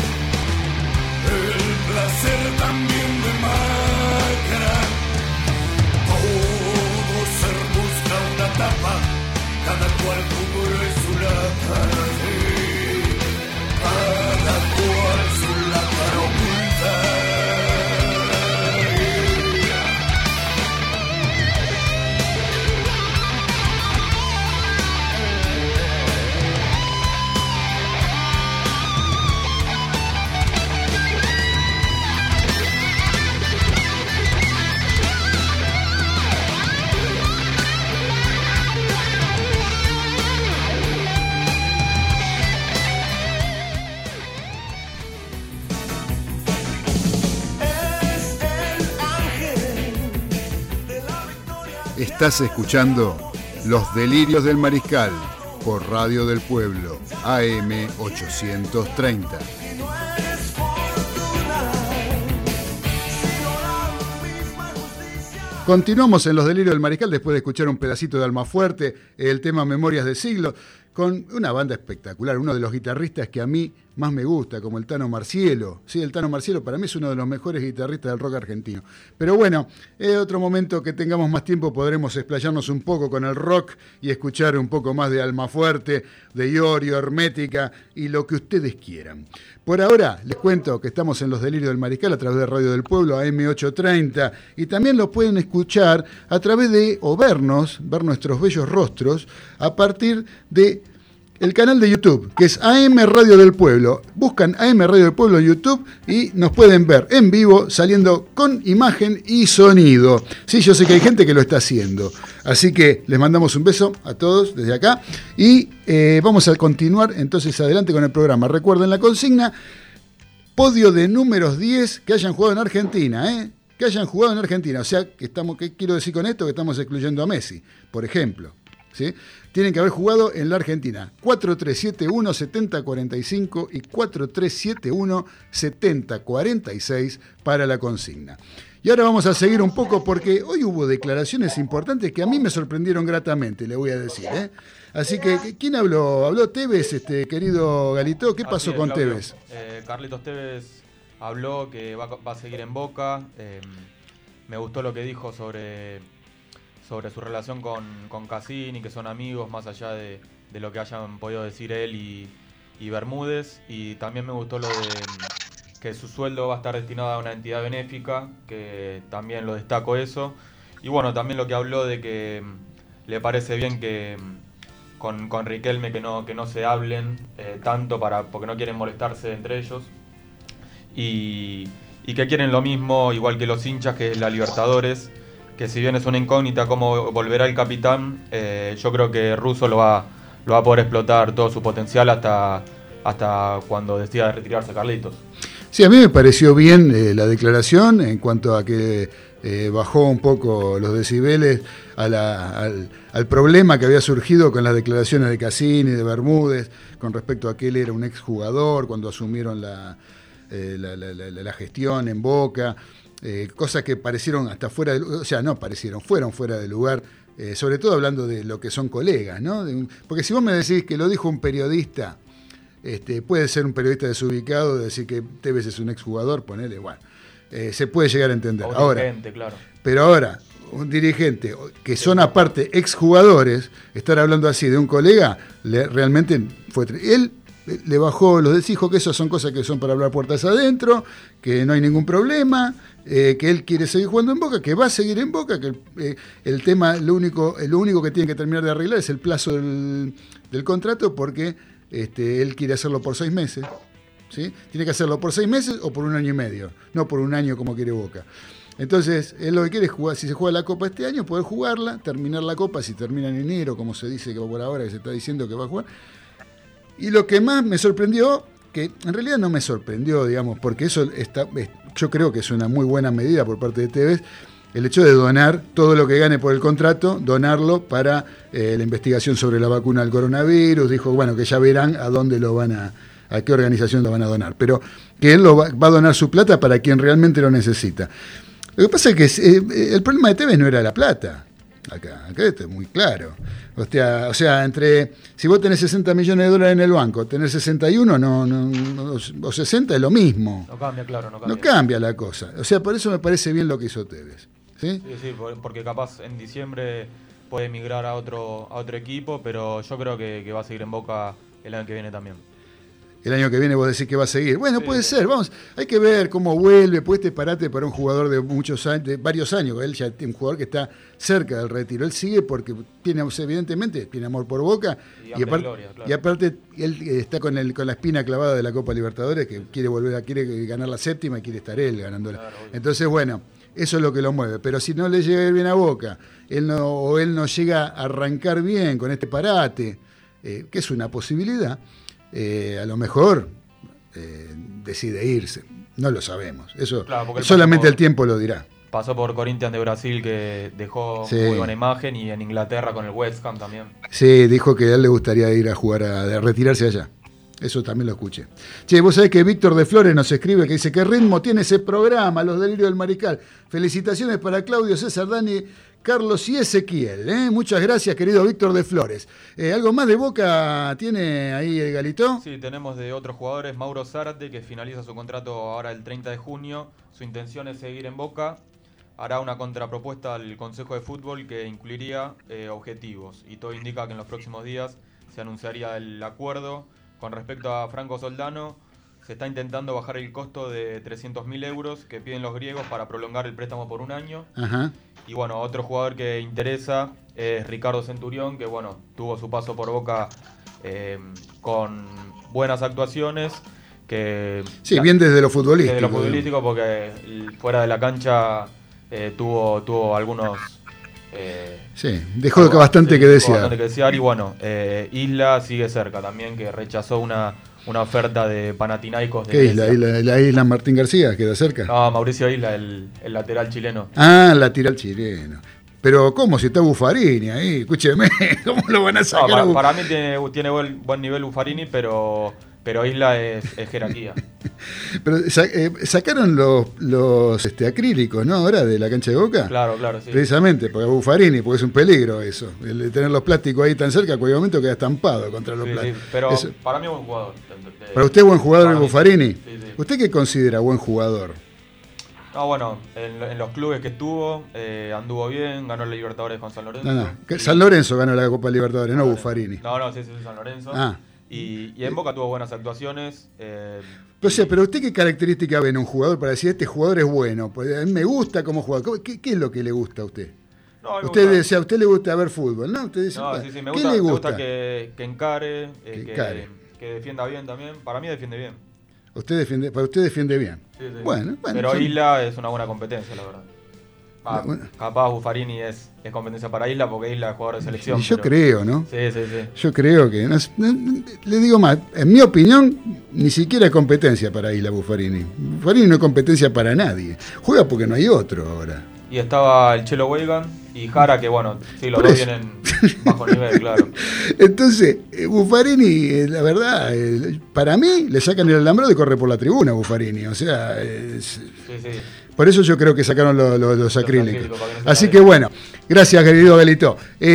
Estás escuchando Los Delirios del Mariscal por Radio del Pueblo, AM 830. Continuamos en Los Delirios del Mariscal después de escuchar un pedacito de Almafuerte, el tema Memorias de Siglo, con una banda espectacular, uno de los guitarristas que a mí más me gusta, como el Tano Marcielo. Sí, el Tano Marcielo para mí es uno de los mejores guitarristas del rock argentino. Pero bueno, en otro momento que tengamos más tiempo podremos explayarnos un poco con el rock y escuchar un poco más de Almafuerte, de Iorio, Hermética y lo que ustedes quieran. Por ahora les cuento que estamos en Los Delirios del Mariscal a través de Radio del Pueblo, AM 830, y también lo pueden escuchar a través de, o ver nuestros bellos rostros, a partir de el canal de YouTube, que es AM Radio del Pueblo. Buscan AM Radio del Pueblo en YouTube y nos pueden ver en vivo, saliendo con imagen y sonido. Sí, yo sé que hay gente que lo está haciendo. Así que les mandamos un beso a todos desde acá y vamos a continuar entonces adelante con el programa. Recuerden la consigna, podio de números 10 que hayan jugado en Argentina, que hayan jugado en Argentina. O sea, ¿qué quiero decir con esto? Que estamos excluyendo a Messi, por ejemplo. ¿Sí? Tienen que haber jugado en la Argentina. 4371-7045 y 4371-7046 para la consigna. Y ahora vamos a seguir un poco porque hoy hubo declaraciones importantes que a mí me sorprendieron gratamente, le voy a decir. Así que, ¿quién habló? ¿Habló Tevez, querido Galito? ¿Qué pasó con Tevez? Carlitos Tevez habló que va a seguir en Boca. Me gustó lo que dijo sobre su relación con Cassini, que son amigos, más allá de lo que hayan podido decir él y Bermúdez. Y también me gustó lo de que su sueldo va a estar destinado a una entidad benéfica, que también lo destaco eso. Y bueno, también lo que habló de que le parece bien que con Riquelme que no se hablen tanto porque no quieren molestarse entre ellos. Y que quieren lo mismo, igual que los hinchas, que es la Libertadores, que si bien es una incógnita cómo volverá el capitán, yo creo que Russo lo va a poder explotar todo su potencial hasta cuando decida retirarse Carlitos. Sí, a mí me pareció bien la declaración en cuanto a que bajó un poco los decibeles al problema que había surgido con las declaraciones de Cassini, de Bermúdez, con respecto a que él era un exjugador cuando asumieron la gestión en Boca. Cosas que parecieron hasta fuera de lugar, o sea, no parecieron, fueron fuera de lugar, sobre todo hablando de lo que son colegas, ¿no? Porque si vos me decís que lo dijo un periodista, puede ser un periodista desubicado, decir que Tevez es un exjugador, ponele, bueno, se puede llegar a entender. Ahora, claro. Pero ahora, un dirigente que son aparte exjugadores, estar hablando así de un colega, realmente fue... Él le bajó los dijo que esas son cosas que son para hablar puertas adentro, que no hay ningún problema, que él quiere seguir jugando en Boca, que va a seguir en Boca, que el tema, lo único que tiene que terminar de arreglar es el plazo del contrato, porque él quiere hacerlo por 6 meses. ¿Sí? Tiene que hacerlo por 6 meses o por 1 año y medio, no por 1 año como quiere Boca. Entonces, él lo que quiere es jugar, si se juega la Copa este año, poder jugarla, terminar la Copa, si termina en enero, como se dice que por ahora que se está diciendo que va a jugar. Y lo que más me sorprendió, que en realidad no me sorprendió, digamos, porque eso yo creo que es una muy buena medida por parte de Tevez, el hecho de donar todo lo que gane por el contrato, donarlo para la investigación sobre la vacuna del coronavirus. Dijo, bueno, que ya verán a dónde a qué organización lo van a donar, pero que él va a donar su plata para quien realmente lo necesita. Lo que pasa es que el problema de Tevez no era la plata. Acá esto es muy claro. O sea, si vos tenés $60 millones en el banco, tener 61 o 60 es lo mismo. No cambia, claro, no cambia. No cambia la cosa. O sea, por eso me parece bien lo que hizo Tevez. ¿Sí? Sí, porque capaz en diciembre puede emigrar a otro equipo, pero yo creo que va a seguir en Boca el año que viene también. El año que viene vos decís que va a seguir. Bueno, sí, puede ser, hay que ver cómo vuelve, pues parate para un jugador de varios años, él ya es un jugador que está cerca del retiro, él sigue porque evidentemente tiene amor por Boca y aparte él está con la espina clavada de la Copa Libertadores, que quiere ganar la 7ª y quiere estar él ganándola. Claro, entonces, bueno, eso es lo que lo mueve, pero si no le llega bien a Boca, él no llega a arrancar bien con este parate, que es una posibilidad, a lo mejor decide irse, no lo sabemos, eso claro, solamente el tiempo lo dirá. pasó por Corinthians de Brasil, que dejó Sí. muy buena imagen, y en Inglaterra con el West Ham también. Sí, dijo que a él le gustaría ir a jugar, a retirarse allá. Eso también lo escuché. Che, vos sabés que Víctor de Flores nos escribe que dice: ¿qué ritmo tiene ese programa, Los Delirios del Mariscal? Felicitaciones para Claudio, César, Dani, Carlos y Ezequiel. Muchas gracias, querido Víctor de Flores. ¿Algo más de Boca tiene ahí el Galito? Sí, tenemos de otros jugadores, Mauro Zárate, que finaliza su contrato ahora el 30 de junio. Su intención es seguir en Boca. Hará una contrapropuesta al Consejo de Fútbol que incluiría objetivos. Y todo indica que en los próximos días se anunciaría el acuerdo. Con respecto a Franco Soldano, se está intentando bajar el costo de 300.000 euros que piden los griegos para prolongar el préstamo por un año. Ajá. Y bueno, otro jugador que interesa es Ricardo Centurión, que bueno, tuvo su paso por Boca con buenas actuaciones. Que, sí, bien desde lo futbolístico. Desde lo futbolístico, porque fuera de la cancha tuvo algunos... sí, dejó bastante que desear. Bastante que desear. Y bueno, Isla sigue cerca también, que rechazó una oferta de Panathinaikos. ¿Qué isla? ¿La isla Martín García queda cerca? No, Mauricio Isla, el lateral chileno. Ah, el lateral chileno. Pero ¿cómo? Si está Buffarini ahí, escúcheme, ¿cómo lo van a sacar? No, para mí tiene buen nivel Buffarini, pero Isla es jerarquía. Pero sacaron los acrílicos, ¿no? Ahora de la cancha de Boca. Claro, sí. Precisamente, porque Buffarini, porque es un peligro eso. El de tener los plásticos ahí tan cerca, en cualquier momento queda estampado contra los plásticos. Sí, pero para mí es buen jugador. ¿Para usted es buen jugador el Buffarini? Sí. ¿Usted qué considera buen jugador? No, bueno, en los clubes que estuvo, anduvo bien, ganó la Libertadores con San Lorenzo. San Lorenzo ganó la Copa Libertadores, no Buffarini. No, sí, San Lorenzo. Y en Boca tuvo buenas actuaciones. Pero usted qué característica ve en un jugador para decir este jugador es bueno. Pues a mí me gusta cómo juega. ¿Qué es lo que le gusta a usted? No, usted dice, a usted le gusta ver fútbol, ¿no? Usted dice, sí, ¿qué le gusta? Me gusta que encare, que defienda bien también. Para mí defiende bien. Para usted defiende bien. Sí. Bueno, pero Isla es una buena competencia, la verdad. Capaz Buffarini es competencia para Isla, porque Isla es jugador de selección. Yo creo, ¿no? Sí. Yo creo que... le digo más, en mi opinión, ni siquiera es competencia para Isla Buffarini. Buffarini no es competencia para nadie. Juega porque no hay otro ahora. Y estaba el Chelo Weigan y Jara, que bueno, sí, los dos vienen bajo nivel, claro. Entonces, Buffarini, la verdad, para mí, le sacan el alambrado y corre por la tribuna Buffarini. O sea, sí. Por eso yo creo que sacaron los acrílicos. Así que bueno, gracias, querido Galito.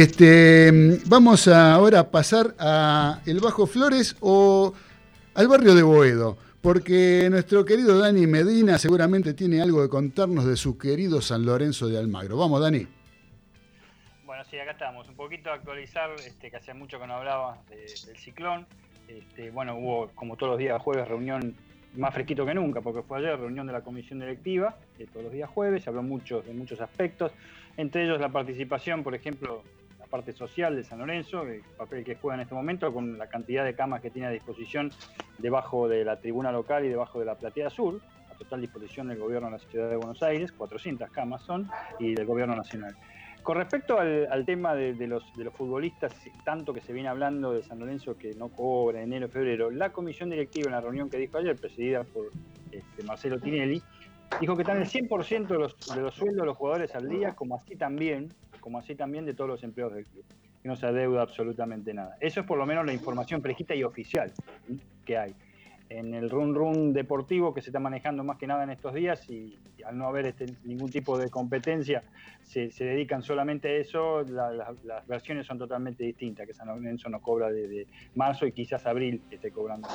Vamos ahora a pasar a el Bajo Flores o al barrio de Boedo, porque nuestro querido Dani Medina seguramente tiene algo que contarnos de su querido San Lorenzo de Almagro. Vamos, Dani. Bueno, sí, acá estamos. Un poquito a actualizar, que hacía mucho que no hablaba del ciclón. Bueno, hubo, como todos los días jueves, reunión más fresquito que nunca, porque fue ayer reunión de la comisión directiva, todos los días jueves, se habló de muchos aspectos, entre ellos la participación, por ejemplo, la parte social de San Lorenzo, el papel que juega en este momento, con la cantidad de camas que tiene a disposición debajo de la tribuna local y debajo de la platea sur, a total disposición del gobierno de la ciudad de Buenos Aires, 400 camas son, y del gobierno nacional. Con respecto al tema de los futbolistas, tanto que se viene hablando de San Lorenzo que no cobra en enero, febrero, la comisión directiva en la reunión que dijo ayer, presidida por Marcelo Tinelli, dijo que están el 100% de los sueldos de los jugadores al día, como así también de todos los empleados del club, que no se adeuda absolutamente nada. Eso es por lo menos la información fresquita y oficial que hay. En el run deportivo que se está manejando más que nada en estos días, y al no haber ningún tipo de competencia, se dedican solamente a eso. Las versiones son totalmente distintas, que San Lorenzo no cobra desde marzo y quizás abril esté cobrando.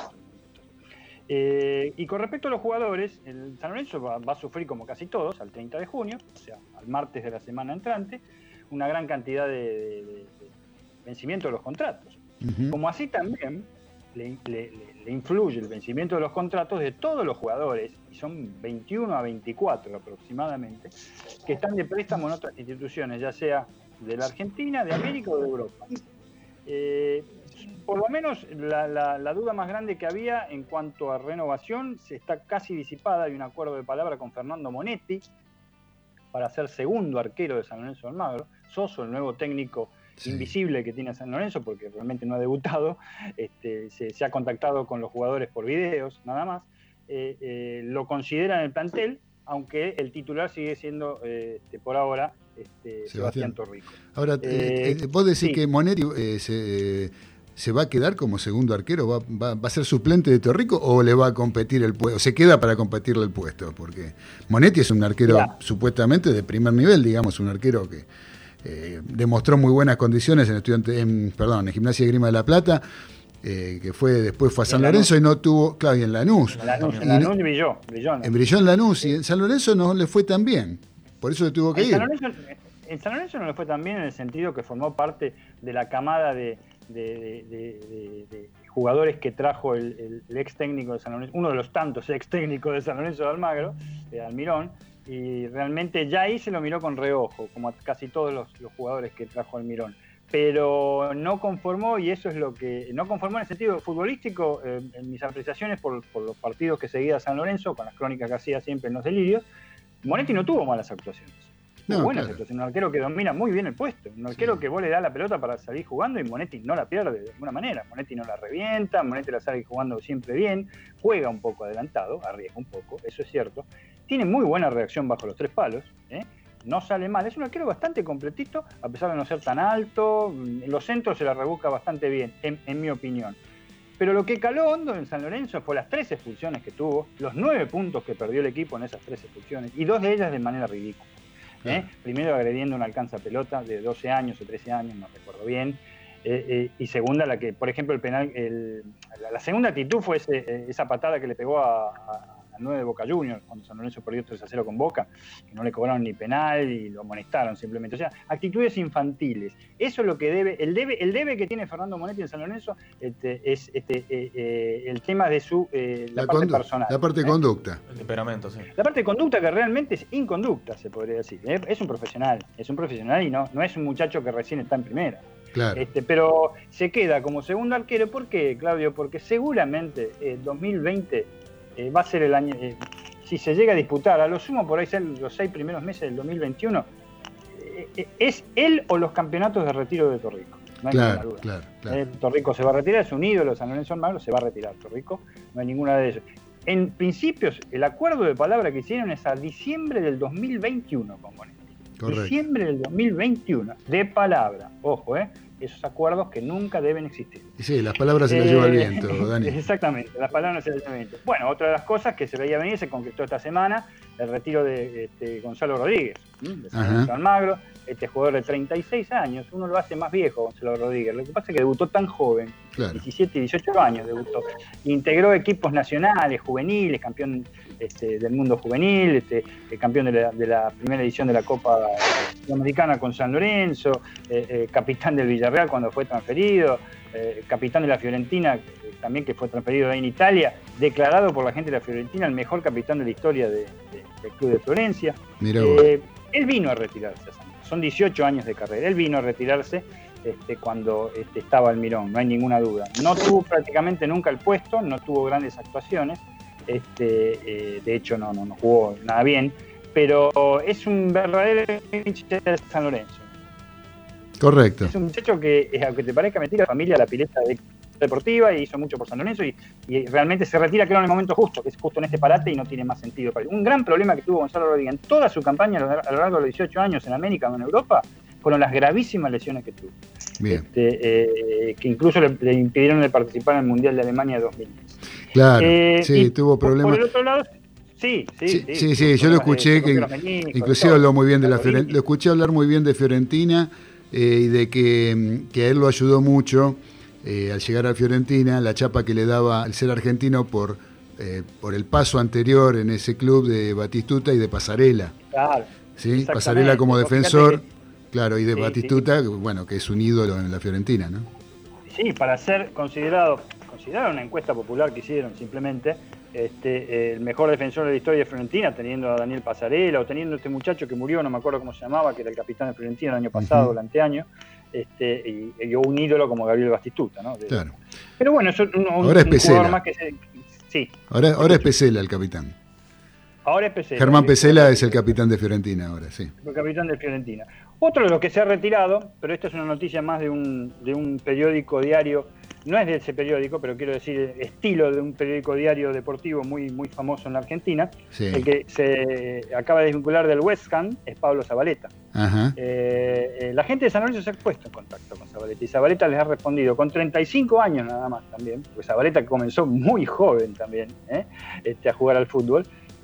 Y con respecto a los jugadores, el San Lorenzo va a sufrir, como casi todos, al 30 de junio, o sea, al martes de la semana entrante, una gran cantidad de vencimiento de los contratos. Uh-huh. Como así también le influye el vencimiento de los contratos de todos los jugadores, y son 21 a 24 aproximadamente, que están de préstamo en otras instituciones, ya sea de la Argentina, de América o de Europa. Por lo menos la duda más grande que había en cuanto a renovación se está casi disipada. Hay un acuerdo de palabra con Fernando Monetti para ser segundo arquero de San Lorenzo de Almagro. Soso, el nuevo técnico invisible que tiene San Lorenzo, porque realmente no ha debutado, se ha contactado con los jugadores por videos, nada más. Lo considera en el plantel, aunque el titular sigue siendo, por ahora, Sebastián Torrico. Ahora, vos decís que Monetti se va a quedar como segundo arquero, va a ser suplente de Torrico o le va a competir el puesto, se queda para competirle el puesto, porque Monetti es un arquero supuestamente de primer nivel, digamos, un arquero que demostró muy buenas condiciones en Gimnasia de Grima de la Plata, que después fue a San Lorenzo y no tuvo, claro, y en Lanús. En Lanús brilló. Brilló en Lanús y en San Lorenzo no le fue tan bien, por eso le tuvo que ir. En San Lorenzo no le fue tan bien en el sentido que formó parte de la camada de jugadores que trajo el ex técnico de San Lorenzo, uno de los tantos ex técnicos de San Lorenzo de Almagro, Almirón, y realmente ya ahí se lo miró con reojo, como a casi todos los jugadores que trajo Almirón. Pero no conformó, y eso es lo que... No conformó en el sentido futbolístico, en mis apreciaciones por los partidos que seguía San Lorenzo, con las crónicas que hacía siempre en los delirios. Monetti no tuvo malas actuaciones. Buenas actuaciones. Un arquero que domina muy bien el puesto. Un arquero que vos le das la pelota para salir jugando y Monetti no la pierde de alguna manera. Monetti no la revienta, Monetti la sale jugando siempre bien. Juega un poco adelantado, arriesga un poco, eso es cierto. Tiene muy buena reacción bajo los 3 palos, no sale mal. Es un arquero bastante completito, a pesar de no ser tan alto. En los centros se la rebusca bastante bien, en mi opinión. Pero lo que caló hondo en San Lorenzo fue las 3 expulsiones que tuvo, los 9 puntos que perdió el equipo en esas 3 expulsiones, y 2 de ellas de manera ridícula. Primero agrediendo una alcanzapelota de 12 años o 13 años, no recuerdo bien. Y segunda, la que, por ejemplo, el penal, la segunda actitud fue esa patada que le pegó al 9 de Boca Juniors, cuando San Lorenzo perdió 3-0 con Boca, que no le cobraron ni penal y lo amonestaron simplemente. O sea, actitudes infantiles. Eso es lo que debe, el debe que tiene Fernando Monetti en San Lorenzo, es el tema de la parte personal. La parte de conducta. El temperamento, sí. La parte de conducta que realmente es inconducta, se podría decir. Es un profesional y no es un muchacho que recién está en primera. Claro. Pero se queda como segundo arquero. ¿Por qué, Claudio? Porque seguramente 2020 va a ser el año, si se llega a disputar, a lo sumo por ahí ser los 6 primeros meses del 2021, es él o los campeonatos de retiro de Torrico. No hay ninguna duda. Claro. Torrico se va a retirar, es un ídolo, San Lorenzo Almagro se va a retirar, Torrico, no hay ninguna de ellos. En principios, el acuerdo de palabra que hicieron es a diciembre del 2021 con Monetti. Correcto. Diciembre del 2021, de palabra, ojo, esos acuerdos que nunca deben existir. Y sí, las palabras se las lleva el viento, Dani. Exactamente, las palabras se las lleva el viento. Bueno, otra de las cosas que se veía venir, se concretó esta semana, el retiro de Gonzalo Rodríguez, de San Lorenzo Almagro, jugador de 36 años, uno lo hace más viejo, Gonzalo Rodríguez. Lo que pasa es que debutó tan joven, 17 y 18 años debutó. Integró equipos nacionales, juveniles, campeón del mundo juvenil, campeón de la primera edición de la Copa Sudamericana con San Lorenzo, capitán del Villarreal cuando fue transferido, capitán de la Fiorentina, también que fue transferido ahí en Italia, declarado por la gente de la Fiorentina el mejor capitán de la historia del club de Florencia. Él vino a retirarse a San Lorenzo. Son 18 años de carrera. Él vino a retirarse cuando estaba Almirón, no hay ninguna duda. No tuvo prácticamente nunca el puesto, no tuvo grandes actuaciones, de hecho no jugó nada bien, pero es un verdadero hincha de San Lorenzo. Correcto. Es un muchacho que, aunque te parezca mentira, la familia la pileta deportiva y hizo mucho por San Lorenzo y realmente se retira, creo, en el momento justo, que es justo en este parate y no tiene más sentido. Un gran problema que tuvo Gonzalo Rodríguez en toda su campaña a lo largo de los 18 años en América o en Europa fueron las gravísimas lesiones que tuvo. Bien. Que incluso le impidieron de participar en el Mundial de Alemania de 2010. Claro, sí, tuvo problemas. Por el otro lado, sí, yo lo escuché, que inclusive habló muy bien de la Fiorentina, lo escuché hablar muy bien de Fiorentina y de que a él lo ayudó mucho al llegar a Fiorentina, la chapa que le daba al ser argentino por el paso anterior en ese club de Batistuta y de Pasarela. Claro. ¿Sí? Pasarela como defensor, claro, y de Batistuta, bueno, que es un ídolo en la Fiorentina, ¿no? Sí, para ser considerado una encuesta popular que hicieron simplemente, el mejor defensor de la historia de Fiorentina, teniendo a Daniel Pasarela o teniendo a este muchacho que murió, no me acuerdo cómo se llamaba, que era el capitán de Fiorentina el año pasado, el anteaño, y un ídolo como Gabriel Batistuta, ¿no? Claro. Pero bueno, es un jugador más que sí. Ahora es Pesela el capitán. Ahora es Pesela. Germán Pesela es el capitán de Fiorentina ahora, sí. El capitán de Fiorentina. Otro de los que se ha retirado, pero esta es una noticia más de un periódico diario no es de ese periódico, pero quiero decir, estilo de un periódico diario deportivo muy, muy famoso en la Argentina. Sí. El que se acaba de desvincular del West Ham es Pablo Zabaleta. Ajá. La gente de San Lorenzo se ha puesto en contacto con Zabaleta y Zabaleta les ha respondido con 35 años nada más también, porque Zabaleta comenzó muy joven también a jugar al fútbol,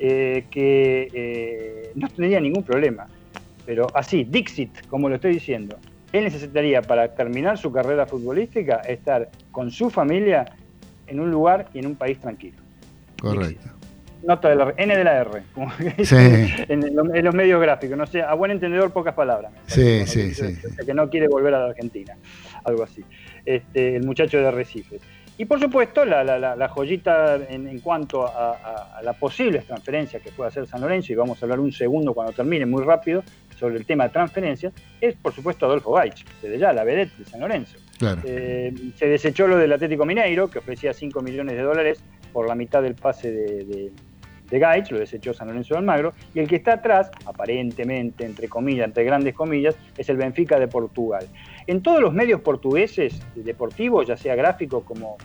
que no tendría ningún problema. Pero así, Dixit, como lo estoy diciendo, él necesitaría para terminar su carrera futbolística estar con su familia en un lugar y en un país tranquilo. Correcto. Dixit. Nota de la N de la R, como sí. en los medios gráficos, no sé, a buen entendedor pocas palabras. Sí. Que no quiere volver a la Argentina, algo así. El muchacho de Arrecife. Y por supuesto, la joyita en cuanto a las posibles transferencias que pueda hacer San Lorenzo, y vamos a hablar un segundo cuando termine, muy rápido, sobre el tema de transferencias, es por supuesto Adolfo Gaich, desde ya la vedette de San Lorenzo. Claro. Se desechó lo del Atlético Mineiro, que ofrecía $5 millones por la mitad del pase de Gaich, lo desechó San Lorenzo de Almagro, y el que está atrás, aparentemente, entre comillas, entre grandes comillas, es el Benfica de Portugal. En todos los medios portugueses deportivos, ya sea gráficos como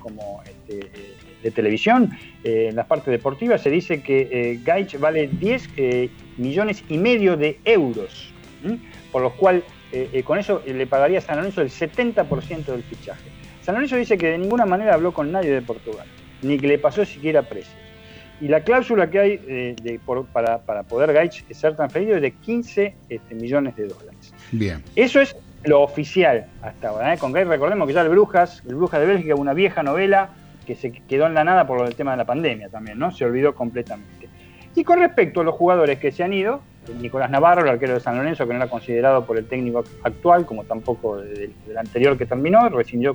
de televisión, en las partes deportivas se dice que Gaich vale 10,5 millones de euros, por lo cual con eso le pagaría a San Lorenzo el 70% del fichaje. San Lorenzo dice que de ninguna manera habló con nadie de Portugal, ni que le pasó siquiera precios. Y la cláusula que hay para poder Gaich ser transferido es de $15 millones. Bien. Eso es lo oficial hasta ahora. Con Gaich recordemos que ya el Brujas de Bélgica, una vieja novela que se quedó en la nada por el tema de la pandemia también, ¿no? Se olvidó completamente. Y con respecto a los jugadores que se han ido, Nicolás Navarro, el arquero de San Lorenzo, que no era considerado por el técnico actual, como tampoco del anterior que terminó, rescindió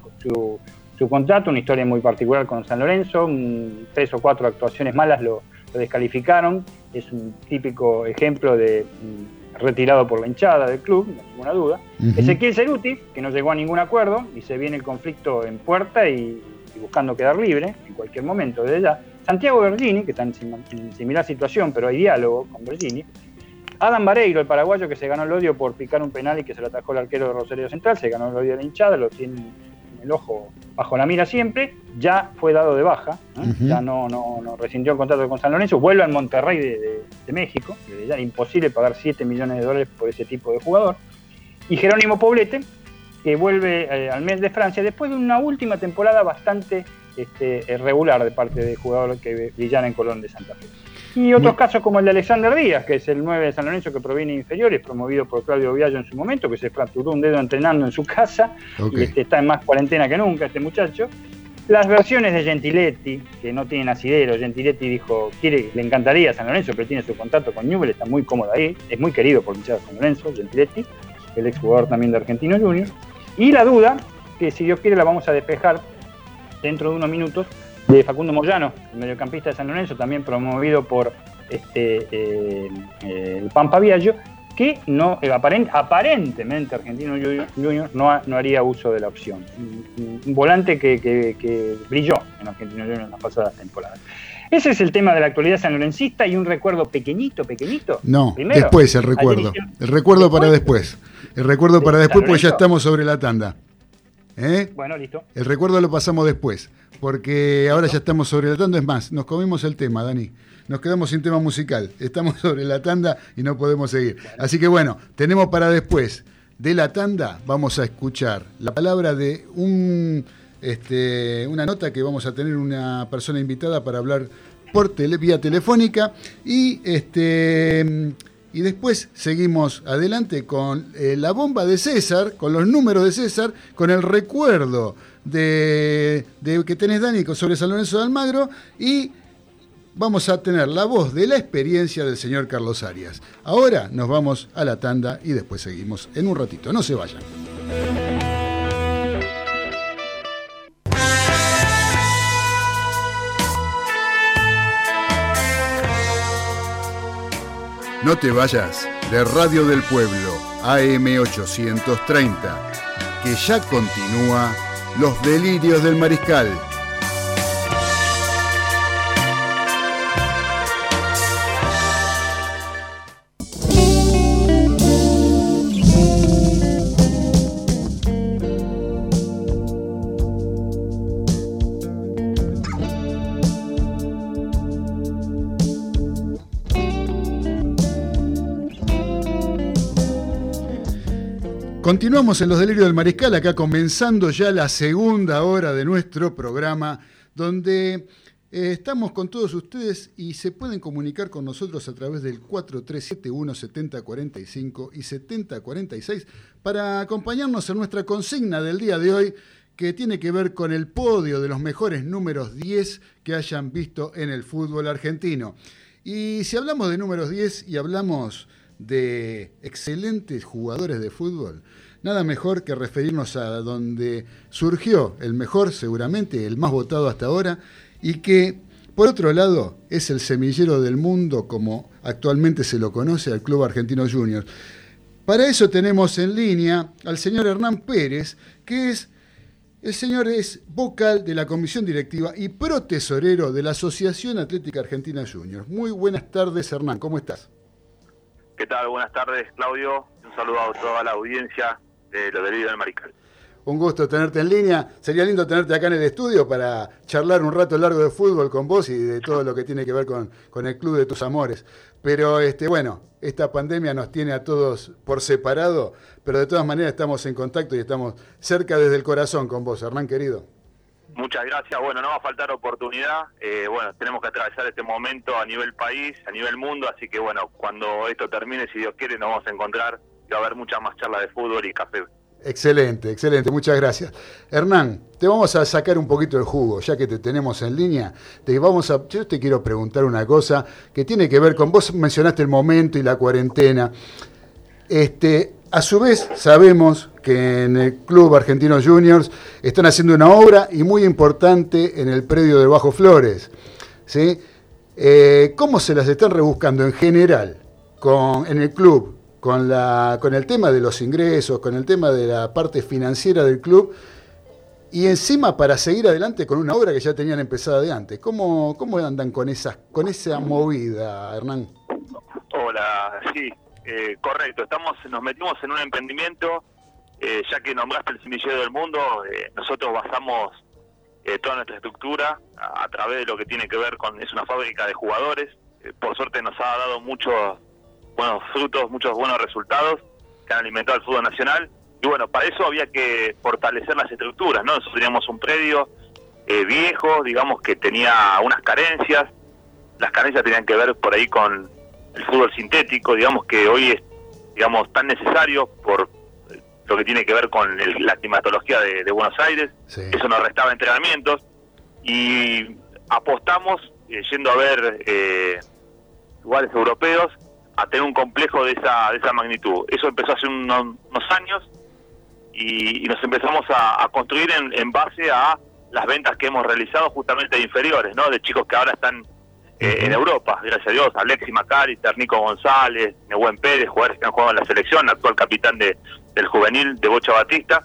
su contrato, una historia muy particular con San Lorenzo, 3 o 4 actuaciones malas lo descalificaron, es un típico ejemplo de retirado por la hinchada del club, no hay ninguna duda. Ezequiel Ceruti, que no llegó a ningún acuerdo, y se viene el conflicto en puerta y buscando quedar libre en cualquier momento desde ya. Santiago Bergini, que está en similar situación, pero hay diálogo con Bergini. Adam Vareiro, el paraguayo, que se ganó el odio por picar un penal y que se lo atajó el arquero de Rosario Central, se ganó el odio de la hinchada, lo tiene en el ojo bajo la mira siempre, ya fue dado de baja, ya no rescindió el contrato con San Lorenzo, vuelve al Monterrey de México, que ya era imposible pagar $7 millones por ese tipo de jugador. Y Jerónimo Poblete, que vuelve al mes de Francia después de una última temporada bastante regular de parte de jugadores que brillan en Colón de Santa Fe. Y otros casos como el de Alexander Díaz, que es el 9 de San Lorenzo que proviene de inferiores, promovido por Claudio Viallo en su momento, que se fracturó un dedo entrenando en su casa, y está en más cuarentena que nunca este muchacho. Las versiones de Gentiletti, que no tienen asidero. Gentiletti dijo, le encantaría a San Lorenzo, pero tiene su contrato con Newell, está muy cómodo ahí, es muy querido por hinchada de San Lorenzo, Gentiletti, el exjugador también de Argentino Juniors. Y la duda, que si Dios quiere la vamos a despejar dentro de unos minutos, de Facundo Moyano, el mediocampista de San Lorenzo, también promovido por el Pampa Viallo, que no aparentemente Argentino Juniors no haría uso de la opción. Un volante que brilló en Argentino Juniors en las pasadas temporadas. Ese es el tema de la actualidad sanlorencista, y un recuerdo pequeñito. No, primero, después el recuerdo. El recuerdo para después. El recuerdo para después, porque ya estamos sobre la tanda. Bueno, listo. El recuerdo lo pasamos después, porque ahora ya estamos sobre la tanda. Es más, nos comimos el tema, Dani. Nos quedamos sin tema musical. Estamos sobre la tanda y no podemos seguir. Así que bueno, tenemos para después de la tanda, vamos a escuchar la palabra de una nota que vamos a tener una persona invitada para hablar por vía telefónica, y después seguimos adelante con la bomba de César, con los números de César, con el recuerdo de que tenés, Dani, sobre San Lorenzo de Almagro, y vamos a tener la voz de la experiencia del señor Carlos Arias. Ahora nos vamos a la tanda y después seguimos en un ratito. No se vayan. No te vayas de Radio del Pueblo, AM830, que ya continúa Los Delirios del Mariscal. Continuamos en Los Delirios del Mariscal, acá comenzando ya la segunda hora de nuestro programa, donde estamos con todos ustedes y se pueden comunicar con nosotros a través del 4371-7045 y 7046 para acompañarnos en nuestra consigna del día de hoy, que tiene que ver con el podio de los mejores números 10 que hayan visto en el fútbol argentino. Y si hablamos de números 10 y hablamos de excelentes jugadores de fútbol, nada mejor que referirnos a donde surgió el mejor, seguramente el más votado hasta ahora, y que por otro lado es el semillero del mundo, como actualmente se lo conoce, al Club Argentino Juniors. Para eso tenemos en línea al señor Hernán Pérez, que el señor es vocal de la comisión directiva y protesorero de la Asociación Atlética Argentina Juniors. Muy buenas tardes, Hernán, ¿cómo estás? ¿Qué tal? Buenas tardes, Claudio. Un saludo a toda la audiencia de Los Delirios del Mariscal. Un gusto tenerte en línea. Sería lindo tenerte acá en el estudio para charlar un rato largo de fútbol con vos y de todo lo que tiene que ver con el club de tus amores. Pero bueno, esta pandemia nos tiene a todos por separado, pero de todas maneras estamos en contacto y estamos cerca desde el corazón con vos, Hernán querido. Muchas gracias. Bueno, no va a faltar oportunidad. Tenemos que atravesar este momento a nivel país, a nivel mundo, así que cuando esto termine, si Dios quiere, nos vamos a encontrar y va a haber muchas más charlas de fútbol y café. Excelente, excelente, muchas gracias. Hernán, te vamos a sacar un poquito el jugo, ya que te tenemos en línea. Yo te quiero preguntar una cosa que tiene que ver con, vos mencionaste el momento y la cuarentena. A su vez, sabemos que en el Club Argentino Juniors están haciendo una obra y muy importante en el predio de Bajo Flores, ¿sí? ¿Cómo se las están rebuscando en general en el club, con el tema de los ingresos, con el tema de la parte financiera del club, y encima para seguir adelante con una obra que ya tenían empezada de antes? ¿Cómo andan con esa movida, Hernán? Hola, sí. Correcto, nos metimos en un emprendimiento, ya que nombraste el semillero del mundo. Nosotros basamos toda nuestra estructura a través de lo que tiene que ver es una fábrica de jugadores. Por suerte nos ha dado muchos buenos frutos, muchos buenos resultados que han alimentado el fútbol nacional, y para eso había que fortalecer las estructuras, ¿no? Nosotros teníamos un predio viejo, digamos, que tenía unas carencias. Las carencias tenían que ver por ahí con el fútbol sintético, digamos, que hoy es, tan necesario por lo que tiene que ver con la climatología de Buenos Aires. Sí. Eso nos restaba entrenamientos y apostamos, yendo a ver lugares europeos, a tener un complejo de esa magnitud. Eso empezó hace unos años y nos empezamos a construir en base a las ventas que hemos realizado justamente de inferiores, ¿no? De chicos que ahora están en Europa, gracias a Dios. Alexis Macalister, Nico González, Nehuen Pérez, jugadores que han jugado en la selección, actual capitán del juvenil de Bocha Batista.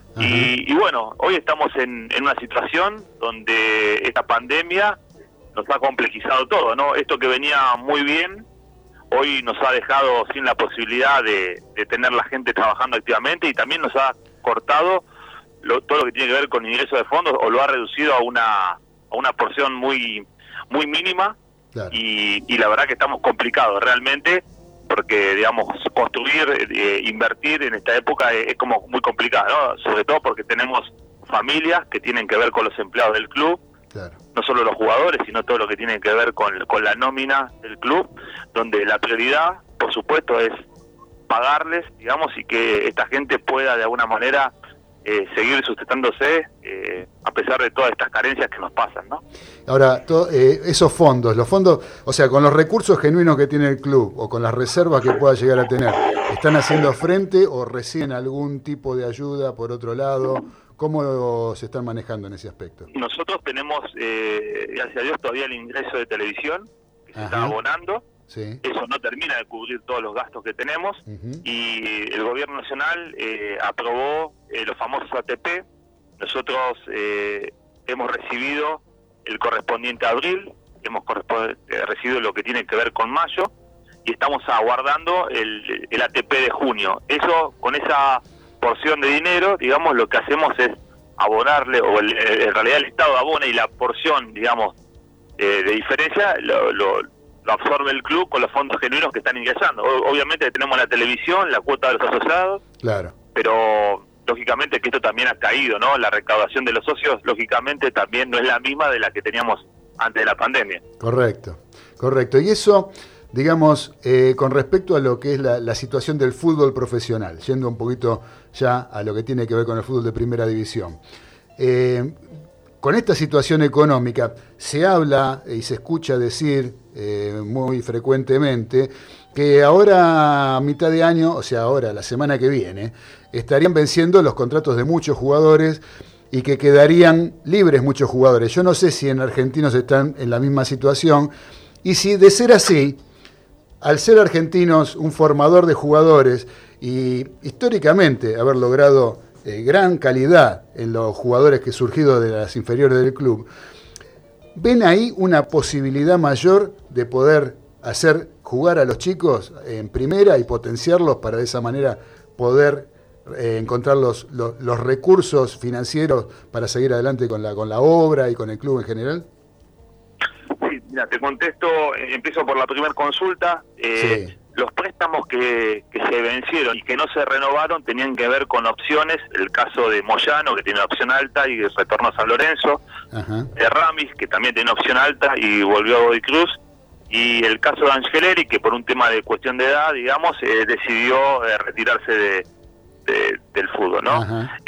Y hoy estamos en una situación donde esta pandemia nos ha complejizado todo, ¿no? Esto que venía muy bien, hoy nos ha dejado sin la posibilidad de tener la gente trabajando activamente, y también nos ha cortado todo lo que tiene que ver con ingresos de fondos, o lo ha reducido a una porción muy muy mínima. Claro. Y la verdad que estamos complicados realmente, porque construir, invertir en esta época es como muy complicado, ¿no? Sobre todo porque tenemos familias que tienen que ver con los empleados del club. Claro. No solo los jugadores, sino todo lo que tiene que ver con la nómina del club, donde la prioridad, por supuesto, es pagarles, y que esta gente pueda de alguna manera seguir sustentándose a pesar de todas estas carencias que nos pasan, ¿no? Ahora, los fondos, o sea, con los recursos genuinos que tiene el club o con las reservas que pueda llegar a tener, ¿están haciendo frente o reciben algún tipo de ayuda por otro lado? ¿Cómo se están manejando en ese aspecto? Nosotros tenemos, gracias a Dios, todavía el ingreso de televisión que se está abonando. Sí. Eso no termina de cubrir todos los gastos que tenemos. Y el gobierno nacional aprobó los famosos ATP. Nosotros hemos recibido el correspondiente a abril, hemos recibido lo que tiene que ver con mayo, y estamos aguardando el ATP de junio. Eso, con esa porción de dinero, lo que hacemos es abonarle, o en realidad el Estado abona, y la porción, de diferencia lo absorbe el club con los fondos genuinos que están ingresando. Obviamente tenemos la televisión, la cuota de los asociados. Claro. pero lógicamente que esto también ha caído, ¿no? La recaudación de los socios, lógicamente, también no es la misma de la que teníamos antes de la pandemia. Correcto. Y eso, digamos, con respecto a lo que es la situación del fútbol profesional, yendo un poquito ya a lo que tiene que ver con el fútbol de primera división. Con esta situación económica se habla y se escucha decir muy frecuentemente que ahora a mitad de año, o sea ahora la semana que viene, estarían venciendo los contratos de muchos jugadores y que quedarían libres muchos jugadores. Yo no sé si en Argentinos están en la misma situación y si de ser así, al ser Argentinos un formador de jugadores y históricamente haber logrado gran calidad en los jugadores que surgido de las inferiores del club, ¿ven ahí una posibilidad mayor de poder hacer jugar a los chicos en primera y potenciarlos para de esa manera poder encontrar los recursos financieros para seguir adelante con la obra y con el club en general? Sí, mira, te contesto, empiezo por la primera consulta. Sí. Los préstamos que se vencieron y que no se renovaron tenían que ver con opciones, el caso de Moyano, que tiene una opción alta y retornó a San Lorenzo, Ajá. de Ramis, que también tiene una opción alta y volvió a Godoy Cruz, y el caso de Angeleri, que por un tema de cuestión de edad, digamos, decidió retirarse del fútbol, ¿no?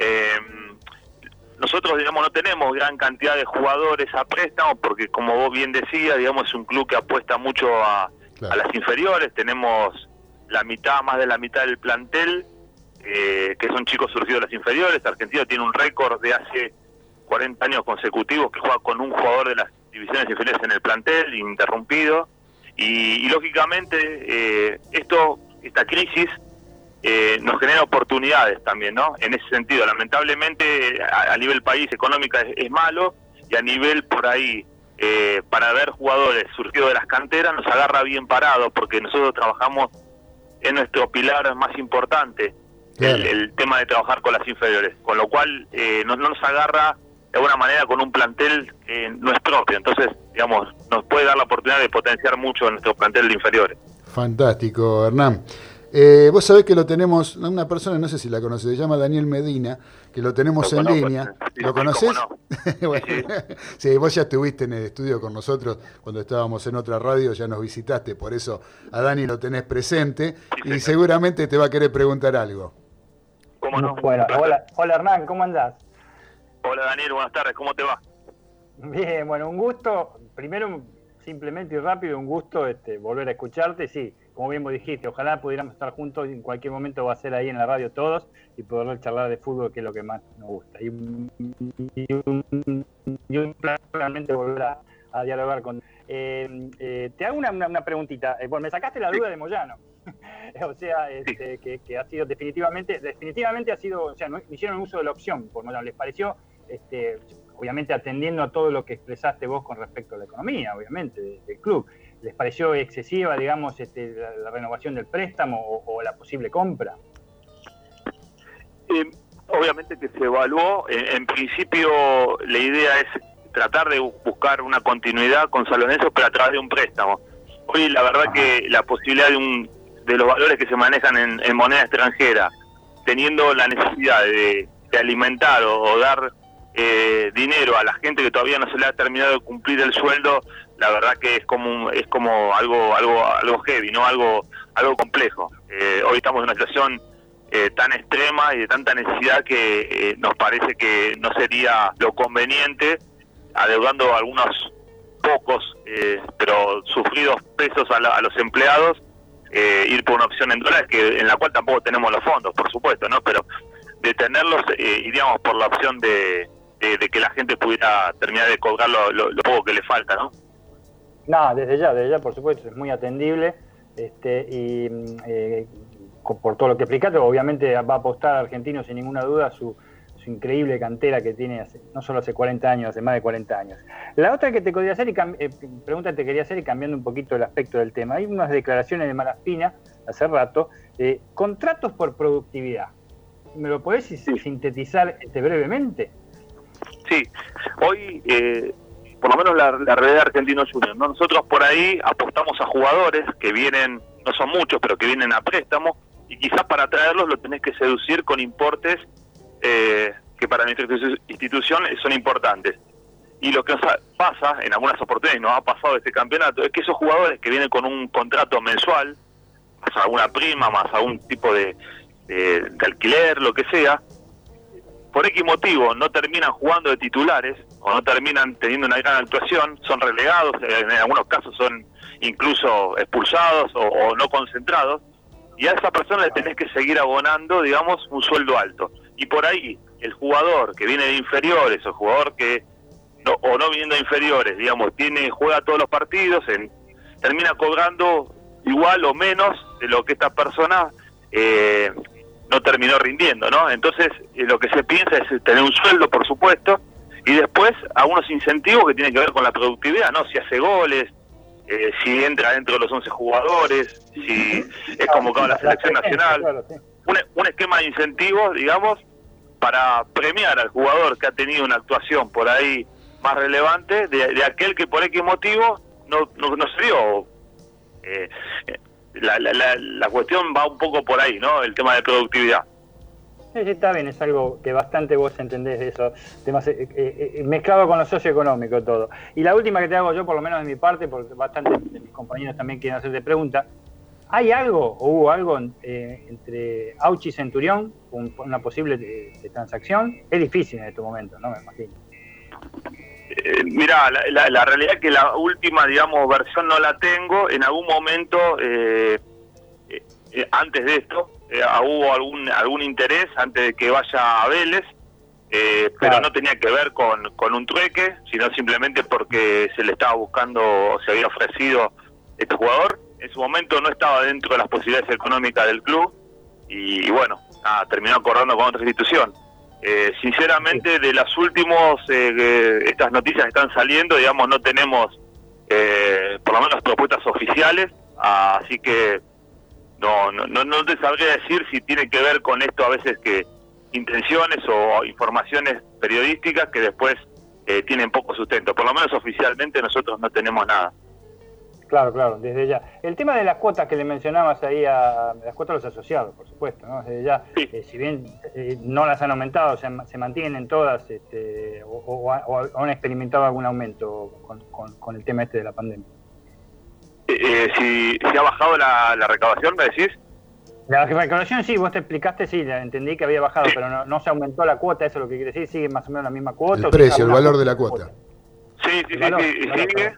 Nosotros, digamos, no tenemos gran cantidad de jugadores a préstamo, porque como vos bien decías, digamos, es un club que apuesta mucho a las inferiores. Tenemos más de la mitad del plantel, que son chicos surgidos de las inferiores. Argentina tiene un récord de hace 40 años consecutivos que juega con un jugador de las divisiones inferiores en el plantel, ininterrumpido. Y lógicamente, esta crisis nos genera oportunidades también, ¿no? En ese sentido, lamentablemente, a nivel país económica es malo, y a nivel por ahí, para ver jugadores surgidos de las canteras, nos agarra bien parados, porque nosotros trabajamos en nuestro pilar más importante, claro, el tema de trabajar con las inferiores, con lo cual no nos agarra de alguna manera con un plantel que no es propio. Entonces, digamos, nos puede dar la oportunidad de potenciar mucho nuestro plantel de inferiores. Fantástico, Hernán. Vos sabés que lo tenemos, una persona, no sé si la conoces, se llama Daniel Medina, que lo tenemos en línea. ¿Lo conocés? No. Bueno, sí, vos ya estuviste en el estudio con nosotros cuando estábamos en otra radio, ya nos visitaste, por eso a Dani lo tenés presente y seguramente te va a querer preguntar algo. ¿Cómo no? Bueno, hola Hernán, ¿cómo andás? Hola Daniel, buenas tardes, ¿cómo te va? Bien, bueno, un gusto, primero simplemente y rápido, un gusto volver a escucharte, sí. Como bien vos dijiste, ojalá pudiéramos estar juntos y en cualquier momento va a ser ahí en la radio todos y poder charlar de fútbol, que es lo que más nos gusta. Y un placer realmente volver a dialogar con... te hago una preguntita. Bueno, me sacaste la duda de Moyano. O sea, que ha sido definitivamente ha sido, o sea, no hicieron uso de la opción por Moyano. ¿Les pareció, obviamente atendiendo a todo lo que expresaste vos con respecto a la economía, obviamente, del club? ¿Les pareció excesiva, digamos, la renovación del préstamo o la posible compra? Obviamente que se evaluó. En principio, la idea es tratar de buscar una continuidad con San Lorenzo, pero a través de un préstamo. Hoy, la verdad que la posibilidad de los valores que se manejan en moneda extranjera, teniendo la necesidad de alimentar o dar dinero a la gente que todavía no se le ha terminado de cumplir el sueldo, la verdad que es como algo heavy, ¿no? Algo complejo. Hoy estamos en una situación tan extrema y de tanta necesidad que nos parece que no sería lo conveniente, adeudando algunos pocos pero sufridos pesos a los empleados, ir por una opción en dólares en la cual tampoco tenemos los fondos, por supuesto, ¿no? Pero de tenerlos, iríamos por la opción de que la gente pudiera terminar de colgar lo poco que le falta, ¿no? No, desde ya, por supuesto, es muy atendible, por todo lo que explicaste, obviamente va a apostar a Argentinos sin ninguna duda su increíble cantera que tiene no solo hace 40 años, hace más de 40 años. La otra que te quería hacer, pregunta que te quería hacer, y cambiando un poquito el aspecto del tema, hay unas declaraciones de Malaspina hace rato, contratos por productividad. ¿Me lo podés sintetizar brevemente? Sí, hoy, por lo menos la realidad de Argentinos Juniors, ¿no? Nosotros por ahí apostamos a jugadores que vienen, no son muchos, pero que vienen a préstamo, y quizás para traerlos lo tenés que seducir con importes que para nuestra institución son importantes. Y lo que nos pasa, en algunas oportunidades nos ha pasado este campeonato, es que esos jugadores que vienen con un contrato mensual, más alguna prima, más algún tipo de alquiler, lo que sea, por X motivo no terminan jugando de titulares o no terminan teniendo una gran actuación, son relegados, en algunos casos son incluso expulsados o no concentrados, y a esa persona le tenés que seguir abonando, digamos, un sueldo alto. Y por ahí, el jugador que viene de inferiores, o el jugador que no viniendo de inferiores, digamos, juega todos los partidos, termina cobrando igual o menos de lo que esta persona no terminó rindiendo, ¿no? Entonces, lo que se piensa es tener un sueldo, por supuesto, y después algunos incentivos que tienen que ver con la productividad, ¿no? Si hace goles, si entra dentro de los 11 jugadores, si es convocado a la selección nacional. Claro, sí. Un esquema de incentivos, digamos, para premiar al jugador que ha tenido una actuación por ahí más relevante de aquel que por X motivo no se dio. La cuestión va un poco por ahí, ¿no? El tema de productividad. Sí, está bien, es algo que bastante vos entendés de eso, temas mezclado con lo socioeconómico todo. Y la última que te hago yo, por lo menos de mi parte, porque bastante de mis compañeros también quieren hacerte pregunta, ¿hay algo o hubo algo entre Auchi y Centurión, una posible transacción? Es difícil en este momento, ¿no? Me imagino. Mirá, la realidad es que la última, digamos, versión no la tengo. En algún momento, antes de esto, hubo algún interés antes de que vaya a Vélez, pero no tenía que ver con un trueque, sino simplemente porque se le estaba buscando o se había ofrecido este jugador. En su momento no estaba dentro de las posibilidades económicas del club y bueno, terminó acordando con otra institución. Sinceramente, de las últimos, estas noticias están saliendo, digamos, no tenemos por lo menos propuestas oficiales, así que no te sabría decir si tiene que ver con esto a veces que intenciones o informaciones periodísticas que después tienen poco sustento. Por lo menos oficialmente nosotros no tenemos nada. Claro, desde ya. El tema de las cuotas que le mencionabas ahí, las cuotas de los asociados, por supuesto, ¿no? Desde ya, sí. Si bien no las han aumentado, se mantienen todas, o han experimentado algún aumento con el tema de la pandemia. Si ha bajado la recaudación, ¿me decís? La recaudación sí, vos te explicaste, sí, entendí que había bajado, pero no se aumentó la cuota, eso es lo que quiere decir, sigue más o menos la misma cuota. El precio, el valor de la cuota. Sí, sigue.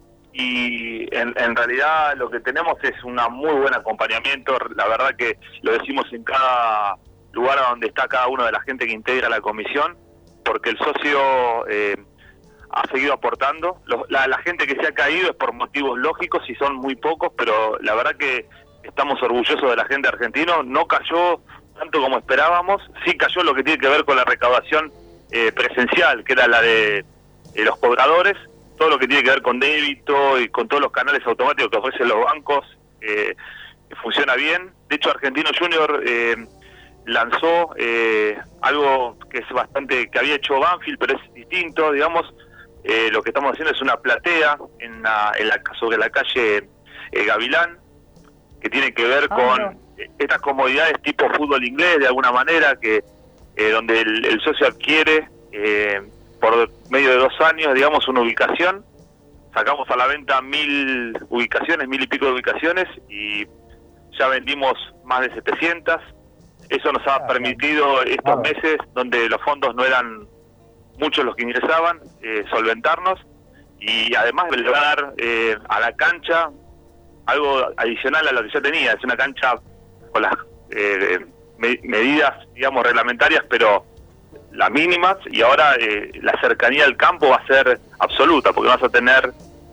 Y en realidad lo que tenemos es un muy buen acompañamiento. La verdad que lo decimos en cada lugar a donde está cada una de la gente que integra la comisión, porque el socio ha seguido aportando. La gente que se ha caído es por motivos lógicos y son muy pocos, pero la verdad que estamos orgullosos de la gente argentina. No cayó tanto como esperábamos, sí cayó lo que tiene que ver con la recaudación presencial, que era la de los cobradores. Todo lo que tiene que ver con débito y con todos los canales automáticos que ofrecen los bancos funciona bien. De hecho, Argentino Junior lanzó algo que es bastante, que había hecho Banfield, pero es distinto, digamos. Lo que estamos haciendo es una platea sobre la calle Gavilán, que tiene que ver con estas comodidades tipo fútbol inglés, de alguna manera, que donde el socio adquiere por medio de 2 años, digamos, una ubicación. Sacamos a la venta 1000 ubicaciones, 1000 y pico de ubicaciones, y ya vendimos más de 700. Eso nos ha permitido estos meses, donde los fondos no eran muchos los que ingresaban, solventarnos, y además le va a dar a la cancha algo adicional a lo que ya tenía. Es una cancha con las medidas, digamos, reglamentarias, pero las mínimas, y ahora la cercanía al campo va a ser absoluta, porque vas a tener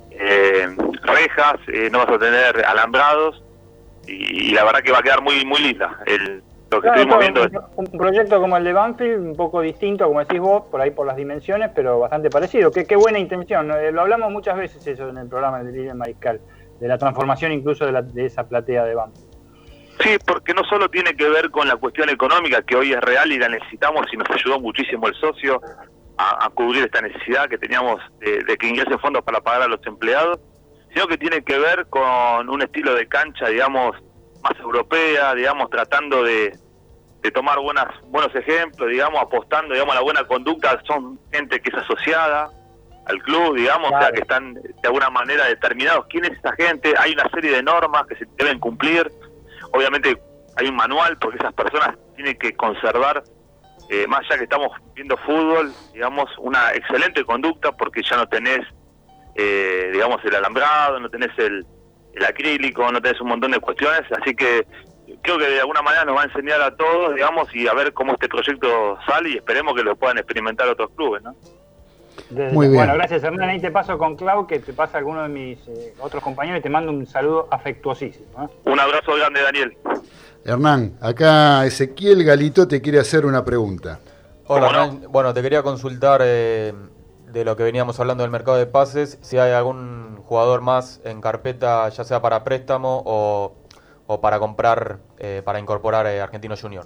rejas, no vas a tener alambrados, y la verdad que va a quedar muy muy linda lo que estuvimos viendo. Un proyecto como el de Banfield, un poco distinto, como decís vos, por ahí por las dimensiones, pero bastante parecido. Qué buena intención. Lo hablamos muchas veces eso en el programa del Líder Mariscal, de la transformación incluso de esa platea de Banfield. Sí, porque no solo tiene que ver con la cuestión económica, que hoy es real y la necesitamos, y nos ayudó muchísimo el socio a cubrir esta necesidad que teníamos de que ingresen fondos para pagar a los empleados, sino que tiene que ver con un estilo de cancha, digamos, más europea, digamos, tratando de tomar buenos ejemplos, digamos, apostando, digamos, a la buena conducta. Son gente que es asociada al club, digamos, claro. O sea, que están de alguna manera determinados quién es esa gente. Hay una serie de normas que se deben cumplir. Obviamente hay un manual, porque esas personas tienen que conservar, más allá que estamos viendo fútbol, digamos, una excelente conducta, porque ya no tenés, digamos, el alambrado, no tenés el acrílico, no tenés un montón de cuestiones, así que creo que de alguna manera nos va a enseñar a todos, digamos, y a ver cómo este proyecto sale, y esperemos que lo puedan experimentar otros clubes, ¿no? Muy bien. Bueno, gracias, Hernán. Ahí te paso con Clau, que te pasa a alguno de mis otros compañeros, y te mando un saludo afectuosísimo. Un abrazo grande, Daniel. Hernán, acá Ezequiel Galito te quiere hacer una pregunta. Hola, Hernán. Bueno, te quería consultar de lo que veníamos hablando del mercado de pases, si hay algún jugador más en carpeta, ya sea para préstamo o para comprar, para incorporar Argentinos Juniors.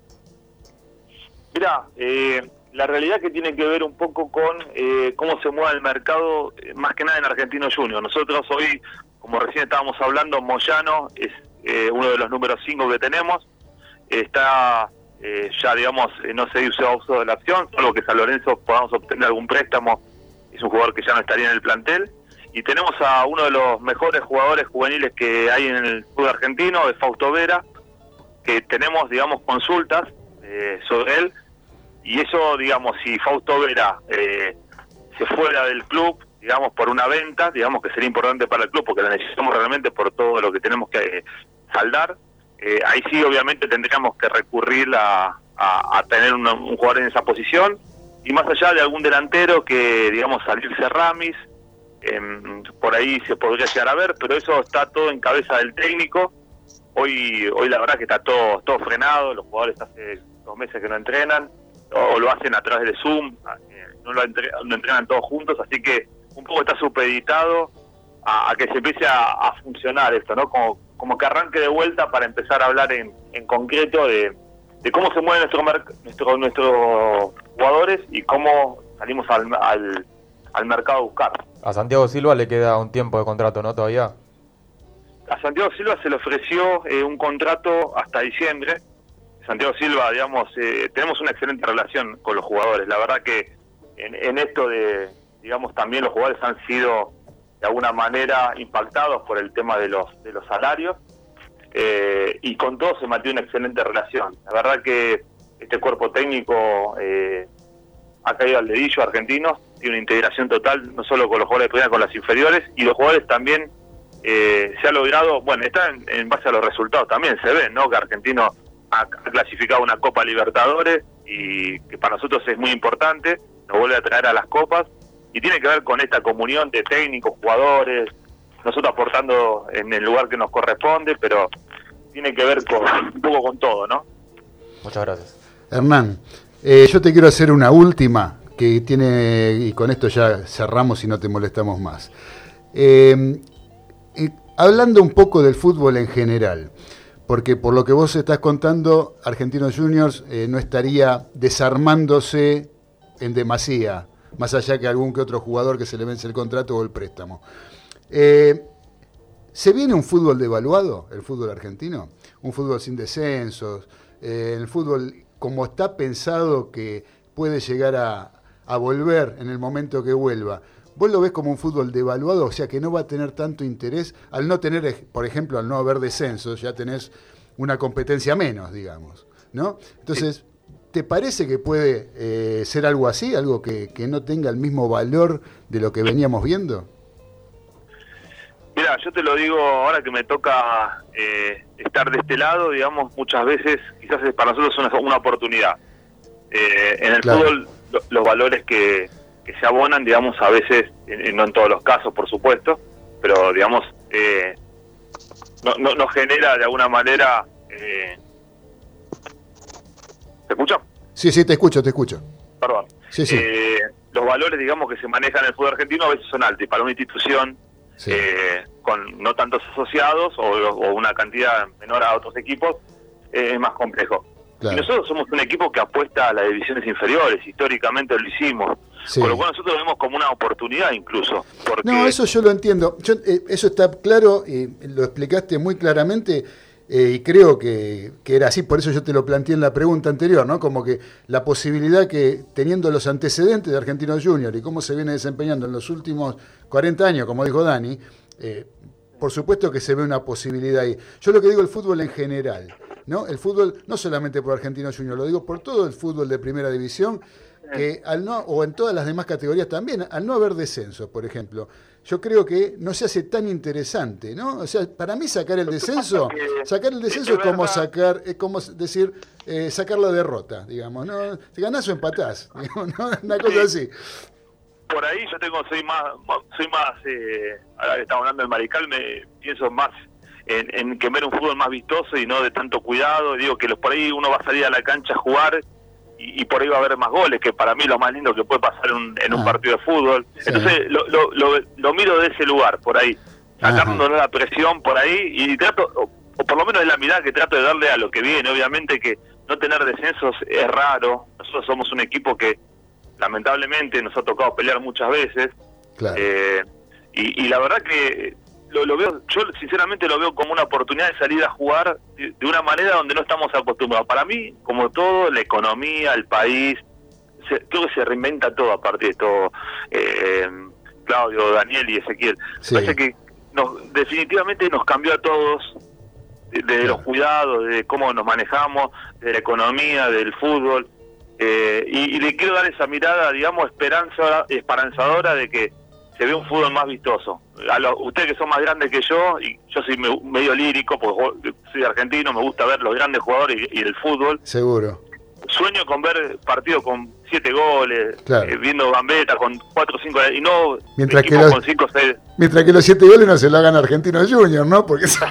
Mirá, la realidad que tiene que ver un poco con cómo se mueve el mercado, más que nada en Argentinos Juniors. Nosotros hoy, como recién estábamos hablando, Moyano es uno de los números 5 que tenemos. Está ya, digamos, no se hizo uso de la opción, solo que San Lorenzo podamos obtener algún préstamo. Es un jugador que ya no estaría en el plantel. Y tenemos a uno de los mejores jugadores juveniles que hay en el fútbol argentino, es Fausto Vera, que tenemos, digamos, consultas sobre él. Y eso, digamos, si Fausto Vera se fuera del club, digamos, por una venta, digamos que sería importante para el club, porque la necesitamos realmente por todo lo que tenemos que saldar, ahí sí obviamente tendríamos que recurrir a tener un jugador en esa posición, y más allá de algún delantero que, digamos, salirse Ramis, por ahí se podría llegar a ver, pero eso está todo en cabeza del técnico. Hoy la verdad que está todo frenado, los jugadores hace 2 meses que no entrenan, o lo hacen a través de Zoom, no entrenan todos juntos, así que un poco está supeditado a que se empiece a funcionar esto, ¿no? Como que arranque de vuelta para empezar a hablar en concreto de cómo se mueven nuestros jugadores y cómo salimos al mercado a buscar. A Santiago Silva le queda un tiempo de contrato, ¿no? Todavía. A Santiago Silva se le ofreció un contrato hasta diciembre. Santiago Silva, digamos, tenemos una excelente relación con los jugadores. La verdad que en esto de, digamos, también los jugadores han sido de alguna manera impactados por el tema de los salarios, y con todo se mantiene una excelente relación. La verdad que este cuerpo técnico ha caído al dedillo argentino, tiene una integración total, no solo con los jugadores de primera, con las inferiores, y los jugadores también se ha logrado, bueno, está en base a los resultados también, se ve, ¿no? Que Argentino ha clasificado una Copa Libertadores, y que para nosotros es muy importante, nos vuelve a traer a las copas, y tiene que ver con esta comunión de técnicos, jugadores, nosotros aportando en el lugar que nos corresponde, pero tiene que ver un poco con todo, ¿no? Muchas gracias. Hernán, yo te quiero hacer una última, que tiene, y con esto ya cerramos y no te molestamos más. Hablando un poco del fútbol en general, porque por lo que vos estás contando, Argentinos Juniors no estaría desarmándose en demasía, más allá que algún que otro jugador que se le vence el contrato o el préstamo. ¿Se viene un fútbol devaluado, el fútbol argentino? Un fútbol sin descensos, el fútbol como está pensado que puede llegar a volver en el momento que vuelva. ¿Vos lo ves como un fútbol devaluado? O sea, que no va a tener tanto interés. Al no tener, por ejemplo, al no haber descensos, ya tenés una competencia menos, digamos, ¿no? Entonces, ¿te parece que puede ser algo así? ¿Algo que no tenga el mismo valor de lo que veníamos viendo? Mira, yo te lo digo ahora que me toca estar de este lado, digamos, muchas veces, quizás para nosotros es una oportunidad. En el fútbol, los valores que se abonan, digamos, a veces, no en todos los casos, por supuesto, pero, digamos, no genera de alguna manera... ¿Te escucho? Sí, te escucho. Perdón. Sí. Los valores, digamos, que se manejan en el fútbol argentino a veces son altos, y para una institución con no tantos asociados o una cantidad menor a otros equipos, es más complejo. Claro. Y nosotros somos un equipo que apuesta a las divisiones inferiores, históricamente lo hicimos, con lo cual nosotros lo vemos como una oportunidad incluso. Porque... No, eso yo lo entiendo, eso está claro, lo explicaste muy claramente. Y creo que era así, por eso yo te lo planteé en la pregunta anterior, ¿no? Como que la posibilidad que, teniendo los antecedentes de Argentinos Juniors y cómo se viene desempeñando en los últimos 40 años, como dijo Dani, por supuesto que se ve una posibilidad ahí. Yo lo que digo, el fútbol en general, ¿no? El fútbol, no solamente por Argentinos Juniors, lo digo por todo el fútbol de primera división, que o en todas las demás categorías también, al no haber descenso, por ejemplo, yo creo que no se hace tan interesante, ¿no? O sea, para mí sacar el descenso es como decir, sacar la derrota, digamos, ¿no? Te ganás o empatás, digamos, ¿no? Una cosa así. Por ahí yo soy más ahora que estamos hablando del Mariscal, pienso más en que ver un fútbol más vistoso y no de tanto cuidado. Digo que por ahí uno va a salir a la cancha a jugar y por ahí va a haber más goles, que para mí es lo más lindo que puede pasar en un partido de fútbol. Sí. Entonces lo miro de ese lugar, por ahí, sacándonos la presión por ahí, y trato, o por lo menos es la mirada que trato de darle a lo que viene. Obviamente que no tener descensos es raro. Nosotros somos un equipo que lamentablemente nos ha tocado pelear muchas veces. Claro. Y la verdad que lo veo, yo sinceramente lo veo como una oportunidad de salir a jugar de una manera donde no estamos acostumbrados. Para mí, como todo, la economía, el país, creo que se reinventa todo a partir de esto. Claudio, Daniel y Ezequiel. Sí. Parece que definitivamente nos cambió a todos, de los cuidados, de cómo nos manejamos, de la economía, del fútbol. Y le quiero dar esa mirada, digamos, esperanzadora de que se ve un fútbol más vistoso. Ustedes que son más grandes que yo, y yo soy medio lírico, porque soy argentino, me gusta ver los grandes jugadores y el fútbol. Seguro. Sueño con ver partidos con 7 goles, claro. Viendo Gambetta con 4 o 5, y no mientras con 5 o 6. Mientras que los 7 goles no se lo hagan Argentinos Juniors, ¿no? Porque sí,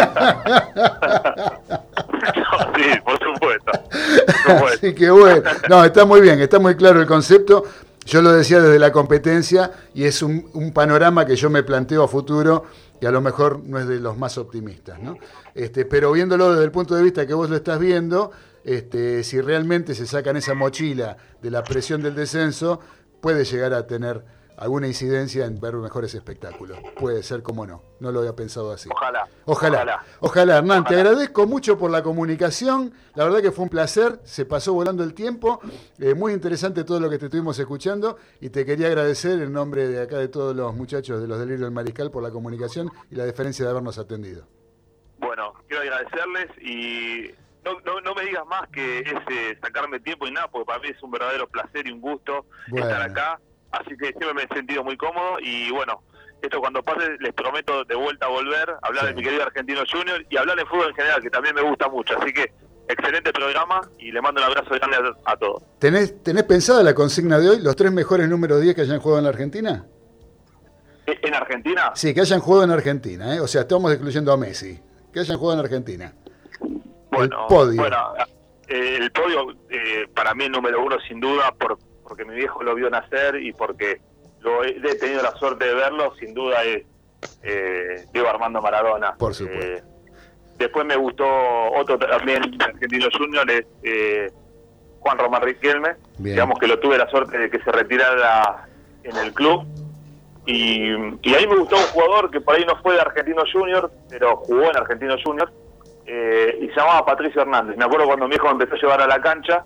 por supuesto. Así que bueno, no, está muy bien, está muy claro el concepto. Yo lo decía desde la competencia y es un panorama que yo me planteo a futuro y a lo mejor no es de los más optimistas, ¿no? Pero viéndolo desde el punto de vista que vos lo estás viendo, si realmente se sacan esa mochila de la presión del descenso, puede llegar a tener alguna incidencia en ver mejores espectáculos. Puede ser, como no lo había pensado así. Ojalá, Hernán, te agradezco mucho por la comunicación, la verdad que fue un placer, se pasó volando el tiempo, muy interesante todo lo que te estuvimos escuchando, y te quería agradecer en nombre de acá de todos los muchachos de los Delirios del Mariscal por la comunicación y la deferencia de habernos atendido. Bueno, quiero agradecerles y no me digas más que sacarme tiempo y nada, porque para mí es un verdadero placer y un gusto estar acá. Así que siempre me he sentido muy cómodo y bueno, esto cuando pase les prometo de vuelta a volver, a hablar de mi querido Argentinos Juniors y hablar de fútbol en general, que también me gusta mucho. Así que excelente programa y le mando un abrazo grande a todos. ¿Tenés pensada la consigna de hoy, los 3 mejores números 10 que hayan jugado en la Argentina? ¿En Argentina? Sí, que hayan jugado en Argentina, ¿eh? O sea, estamos excluyendo a Messi. Que hayan jugado en Argentina. Bueno, el podio. El podio para mí el número 1 sin duda, porque mi viejo lo vio nacer y porque he tenido la suerte de verlo, sin duda es Diego Armando Maradona. Por supuesto. Después me gustó otro también Argentino Junior, es Juan Román Riquelme. Bien. Digamos que lo tuve la suerte de que se retirara en el club. Y ahí me gustó un jugador que por ahí no fue de Argentino Junior, pero jugó en Argentino Junior, y se llamaba Patricio Hernández. Me acuerdo cuando mi hijo me empezó a llevar a la cancha,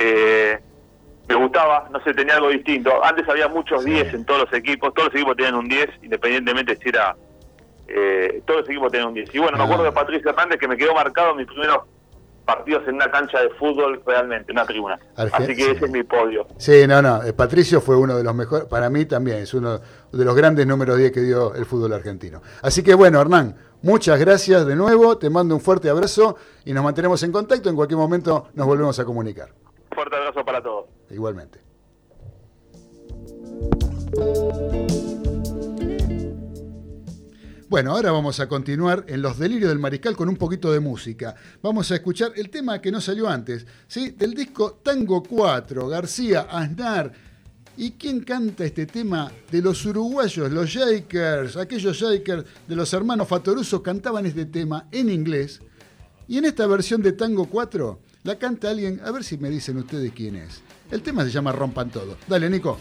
me gustaba, no sé, tenía algo distinto. Antes había muchos 10 en todos los equipos tenían un 10, independientemente si era... todos los equipos tenían un 10. Y bueno, me acuerdo de Patricio Hernández, que me quedó marcado en mis primeros partidos en una cancha de fútbol, realmente, en una tribuna. Así que ese es mi podio. Sí, Patricio fue uno de los mejores, para mí también, es uno de los grandes números 10 que dio el fútbol argentino. Así que bueno, Hernán, muchas gracias de nuevo, te mando un fuerte abrazo y nos mantenemos en contacto, en cualquier momento nos volvemos a comunicar. Fuerte abrazo para todos. Igualmente. Bueno, ahora vamos a continuar en Los Delirios del Mariscal con un poquito de música. Vamos a escuchar el tema que no salió antes, ¿sí? Del disco Tango 4, García, Aznar. ¿Y quién canta este tema? De los uruguayos, los Shakers, aquellos Shakers de los hermanos Fattoruso cantaban este tema en inglés. Y en esta versión de Tango 4 la canta alguien, a ver si me dicen ustedes quién es. El tema se llama Rompan Todo. Dale, Nico.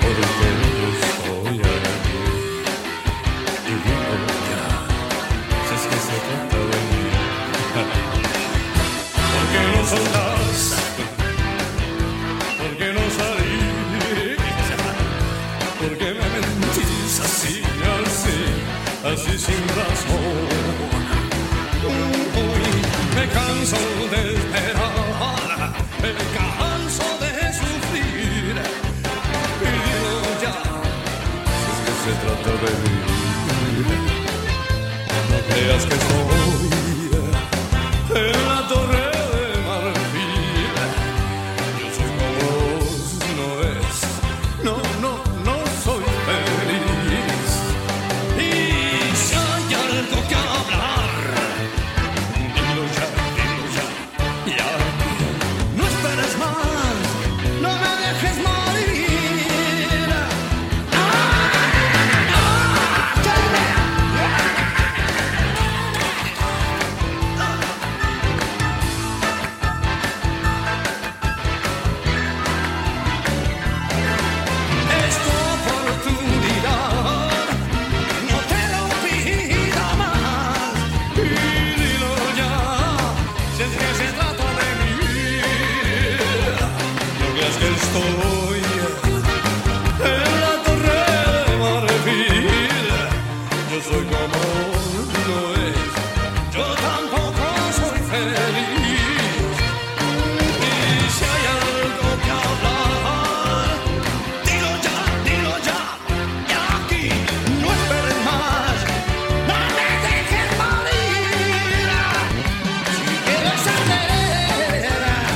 Se canso de esperar, me canso de sufrir. Y digo ya, si es que se trata de mí, no creas que estoy en la torre de marfil. Yo soy como vos, no es, no soy feliz. Y si hay algo que hablar, dilo ya, no esperes más, no me dejes morir. Es tu oportunidad, no te lo pido más. Y dilo ya, si es que se trata de mí. No creas que estoy en la torre de marfil. Yo soy como no es, yo tampoco soy feliz. Y si hay algo que hablar, dilo ya, y aquí no esperes más, no me dejes morir. Si quieres saber,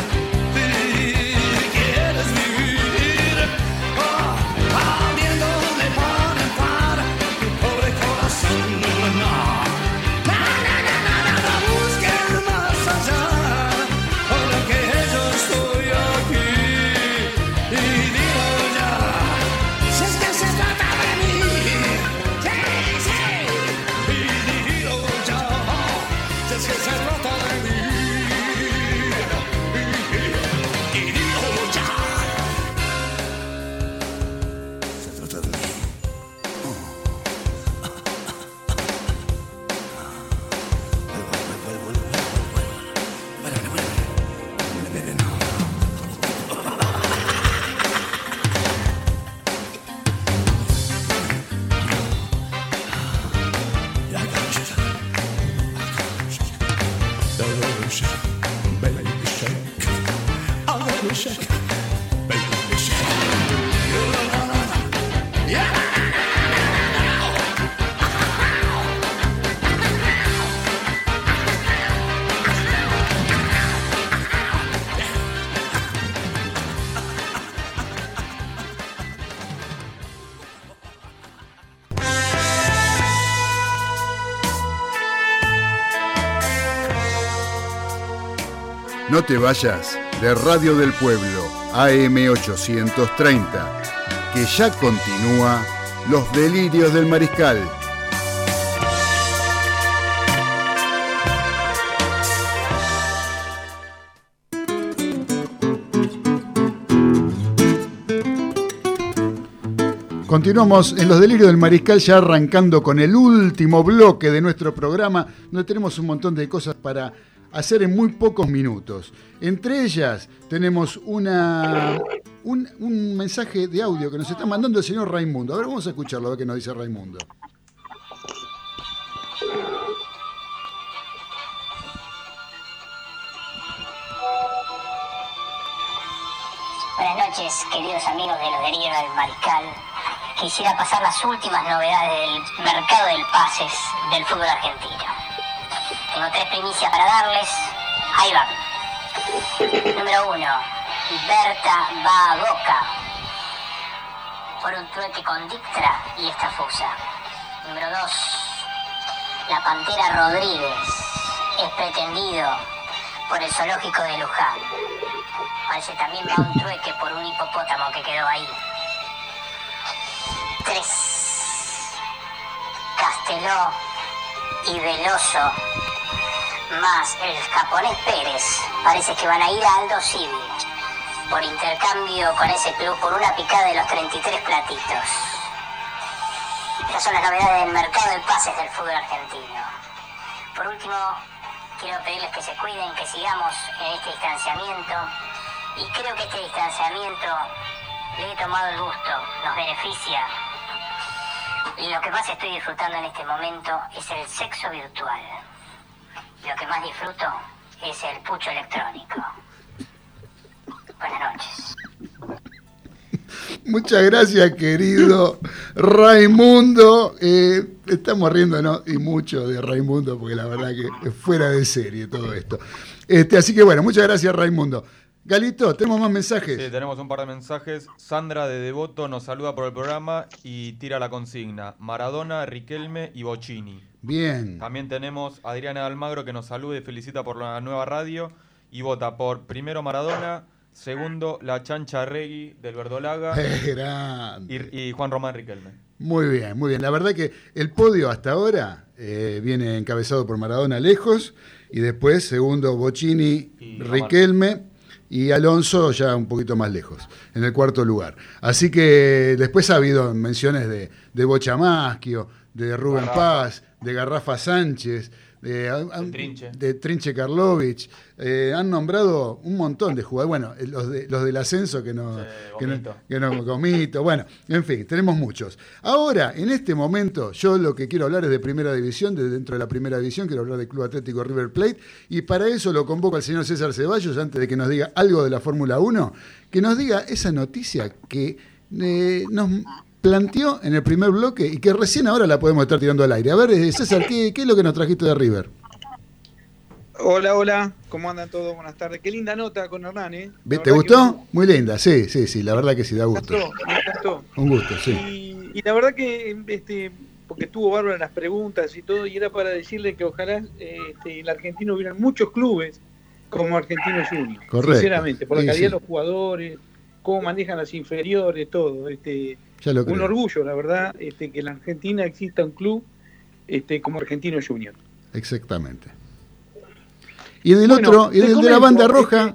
si quieres vivir, abriéndole par en par tu pobre corazón, nada busques más allá, porque yo estoy aquí. Y dilo ya, si es que se trata de mí, sí. Y dilo ya, si es que se trata de mí. Y dilo ya, se trata de mí. No te vayas de Radio del Pueblo, AM830, que ya continúa Los Delirios del Mariscal. Continuamos en Los Delirios del Mariscal, ya arrancando con el último bloque de nuestro programa, donde tenemos un montón de cosas para hacer en muy pocos minutos. Entre ellas tenemos un mensaje de audio que nos está mandando el señor Raimundo. A ver, vamos a escucharlo, a ver qué nos dice Raimundo. Buenas noches, queridos amigos de Los Delirios del Mariscal. Quisiera pasar las últimas novedades del mercado del pases del fútbol argentino. Tengo 3 primicias para darles. Ahí van. Número 1. Berta va a Boca por un trueque con Dictra y Estafusa. Número 2. La Pantera Rodríguez es pretendido por el zoológico de Luján. Parece también va un trueque por un hipopótamo que quedó ahí. 3. Casteló y Veloso más el japonés Pérez parece que van a ir a Aldo Civi por intercambio con ese club por una picada de los 33 platitos. Estas son las novedades del mercado de pases del fútbol argentino. Por último, quiero pedirles que se cuiden, que sigamos en este distanciamiento, y creo que este distanciamiento le he tomado el gusto, nos beneficia. Y lo que más estoy disfrutando en este momento es el sexo virtual. Lo que más disfruto es el pucho electrónico. Buenas noches. Muchas gracias, querido Raimundo. Estamos riéndonos y mucho de Raimundo, porque la verdad que es fuera de serie todo esto. Así que bueno, muchas gracias, Raimundo. Galito, ¿tenemos más mensajes? Sí, tenemos un par de mensajes. Sandra de Devoto nos saluda por el programa y tira la consigna: Maradona, Riquelme y Bocini. Bien. También tenemos a Adriana Almagro, que nos saluda y felicita por la nueva radio y vota por primero Maradona, segundo la Chancha Regui del Verdolaga y Juan Román Riquelme. Muy bien, muy bien. La verdad que el podio hasta ahora viene encabezado por Maradona lejos y después segundo Bocini, Riquelme y Alonso ya un poquito más lejos, en el cuarto lugar. Así que después ha habido menciones de Bocha Maschio, de Rubén Paz, de Garrafa Sánchez, de Trinche Karlovich. Han nombrado un montón de jugadores. Bueno, los del ascenso que no Gomito. Bueno, en fin, tenemos muchos. Ahora, en este momento, yo lo que quiero hablar es de Primera División, de dentro de la Primera División, quiero hablar del Club Atlético River Plate, y para eso lo convoco al señor César Ceballos, antes de que nos diga algo de la Fórmula 1, que nos diga esa noticia que nos planteó en el primer bloque y que recién ahora la podemos estar tirando al aire. A ver, César, ¿qué es lo que nos trajiste de River? Hola, ¿cómo andan todos? Buenas tardes. Qué linda nota con Hernán, ¿eh? ¿Te gustó? Muy linda, sí, la verdad que sí, da gusto. Me encantó. Un gusto, sí. Y la verdad que, porque estuvo bárbaro en las preguntas y todo, y era para decirle que ojalá en la Argentina hubieran muchos clubes como Argentinos Juniors. Correcto. Sinceramente, por la calidad de los jugadores, cómo manejan las inferiores, todo. Un orgullo, la verdad, que en la Argentina exista un club como Argentinos Juniors. Exactamente. Y del otro, y del de la banda roja.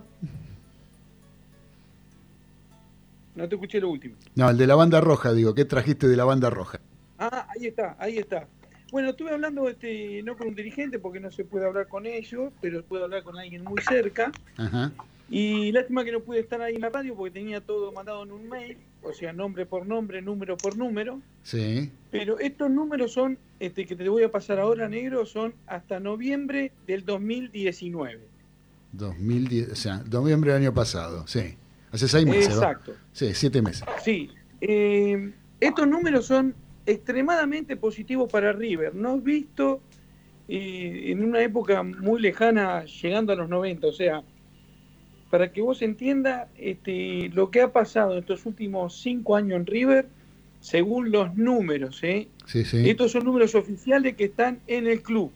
No te escuché lo último. No, el de la banda roja, digo, ¿qué trajiste de la banda roja? Ah, ahí está. Bueno, estuve hablando no con un dirigente porque no se puede hablar con ellos, pero puedo hablar con alguien muy cerca. Ajá. Y lástima que no pude estar ahí en la radio porque tenía todo mandado en un mail, o sea, nombre por nombre, número por número. Sí. Pero estos números son, que te voy a pasar ahora, negro, son hasta noviembre del 2019. 2010, o sea, noviembre del año pasado, sí. Hace 6 meses. Exacto. ¿Va? Sí, 7 meses. Sí. Estos números son extremadamente positivos para River. No has visto en una época muy lejana, llegando a los 90, o sea, para que vos entiendas lo que ha pasado estos últimos 5 años en River, según los números, Sí. Estos son números oficiales que están en el club.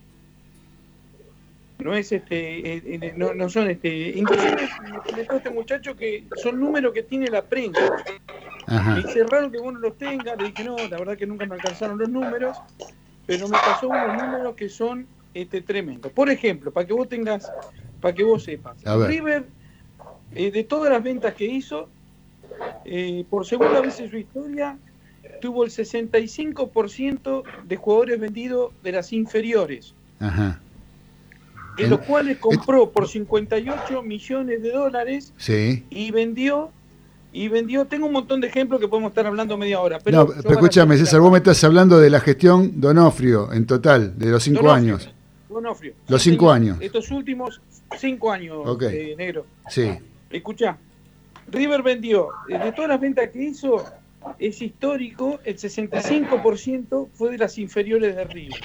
No es no son inclusive me todo este muchacho que son números que tiene la prensa. Ajá. Me dice raro que vos no los tengas, le dije no, la verdad que nunca me alcanzaron los números, pero me pasó unos números que son tremendos. Por ejemplo, para que vos sepas, River, de todas las ventas que hizo, por segunda vez en su historia, tuvo el 65% de jugadores vendidos de las inferiores. Ajá. De los cuales compró por $58 millones sí. y vendió, tengo un montón de ejemplos que podemos estar hablando media hora. Pero escúchame, César, vos me estás hablando de la gestión Donofrio en total, de los 5 años. Donofrio. Los 5 años. Estos últimos 5 años, negro. Sí. Escuchá, River vendió, de todas las ventas que hizo, es histórico, el 65% fue de las inferiores de River.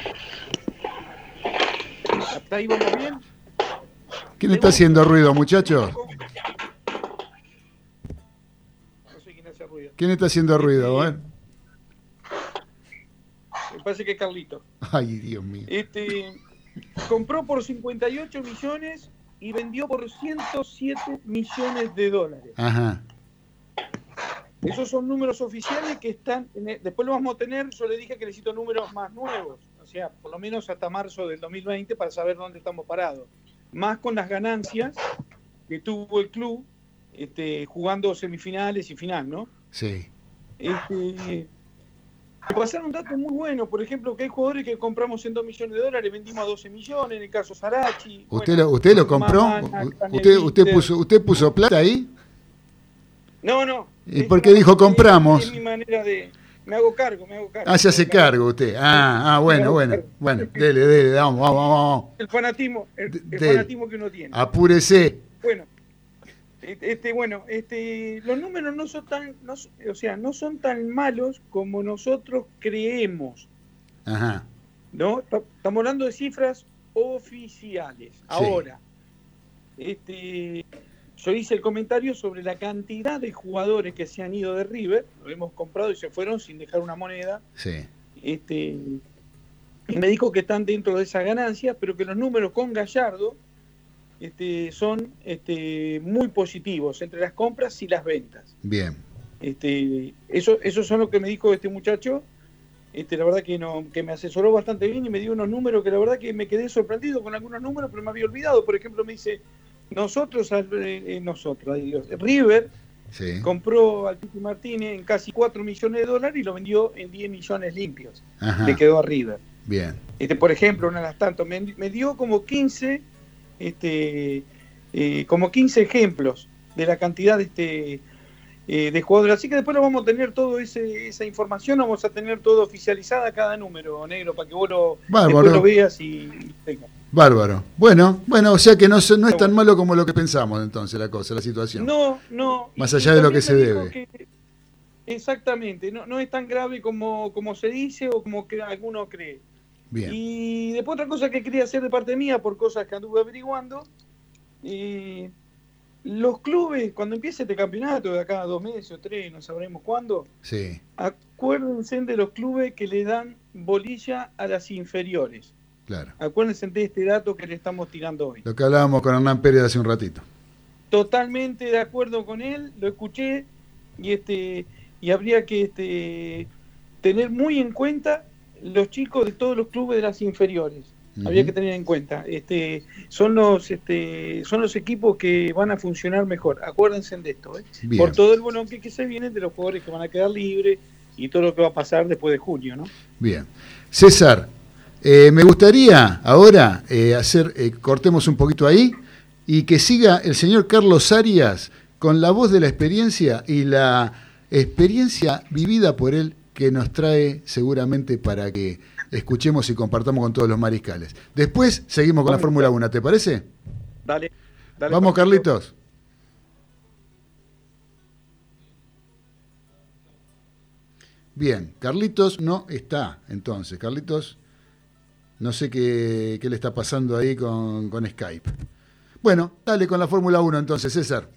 ¿Hasta ahí vamos bien? ¿Quién está haciendo ruido, muchachos? No sé quién hace ruido. ¿Quién está haciendo ruido? Me parece que es Carlito. Ay, Dios mío. Compró por 58 millones y vendió por 107 millones de dólares. Ajá. Esos son números oficiales que están... Después lo vamos a tener, yo le dije que necesito números más nuevos. O sea, por lo menos hasta marzo del 2020 para saber dónde estamos parados. Más con las ganancias que tuvo el club jugando semifinales y final, ¿no? Sí. Me pasaron un dato muy bueno, por ejemplo, que hay jugadores que compramos en $2 millones, vendimos a 12 millones, en el caso Sarachi. ¿Usted lo compró? ¿Usted puso plata ahí? No. ¿Y por qué dijo compramos? Es mi manera de... Me hago cargo. Ah, se hace cargo usted. Bueno, dele, vamos. El fanatismo que uno tiene. Apúrese. Bueno, los números no son tan malos como nosotros creemos. Ajá. ¿No? Estamos hablando de cifras oficiales. Sí. Ahora, yo hice el comentario sobre la cantidad de jugadores que se han ido de River, lo hemos comprado y se fueron sin dejar una moneda. Sí. Y me dijo que están dentro de esa ganancia, pero que los números con Gallardo son muy positivos entre las compras y las ventas. Bien. Eso son lo que me dijo este muchacho. La verdad que me asesoró bastante bien y me dio unos números que la verdad que me quedé sorprendido con algunos números, pero me había olvidado. Por ejemplo, me dice, River compró al Piti Martínez en casi $4 millones y lo vendió en 10 millones limpios. Ajá. Le quedó a River. Bien. Por ejemplo, una de las tantas, me dio como 15 ejemplos de la cantidad de jugadores, así que después lo vamos a tener toda esa información, vamos a tener todo oficializada cada número, negro, para que vos después lo veas y tengas. Bárbaro. Bueno, o sea que no es tan malo como lo que pensamos entonces la situación. No. Más allá de lo que se debe. Exactamente, no es tan grave como se dice o como que alguno cree. Bien. Y después otra cosa que quería hacer de parte mía, por cosas que anduve averiguando, los clubes, cuando empiece este campeonato, de acá a 2 meses o 3, no sabremos cuándo, sí, acuérdense de los clubes que le dan bolilla a las inferiores. Claro. Acuérdense de este dato que le estamos tirando hoy. Lo que hablábamos con Hernán Pérez hace un ratito. Totalmente de acuerdo con él, lo escuché, y habría que tener muy en cuenta los chicos de todos los clubes de las inferiores. Habría que tener en cuenta. Son los equipos que van a funcionar mejor. Acuérdense de esto, por todo el bolón que se viene de los jugadores que van a quedar libres y todo lo que va a pasar después de junio, ¿no? Bien. César, me gustaría ahora cortemos un poquito ahí y que siga el señor Carlos Arias con la voz de la experiencia y la experiencia vivida por él que nos trae seguramente para que escuchemos y compartamos con todos los mariscales. Después seguimos con la Fórmula 1, ¿te parece? Dale. Vamos, Carlitos. Bien, Carlitos no está, entonces. Carlitos, no sé qué le está pasando ahí con Skype. Bueno, dale con la Fórmula 1 entonces, César.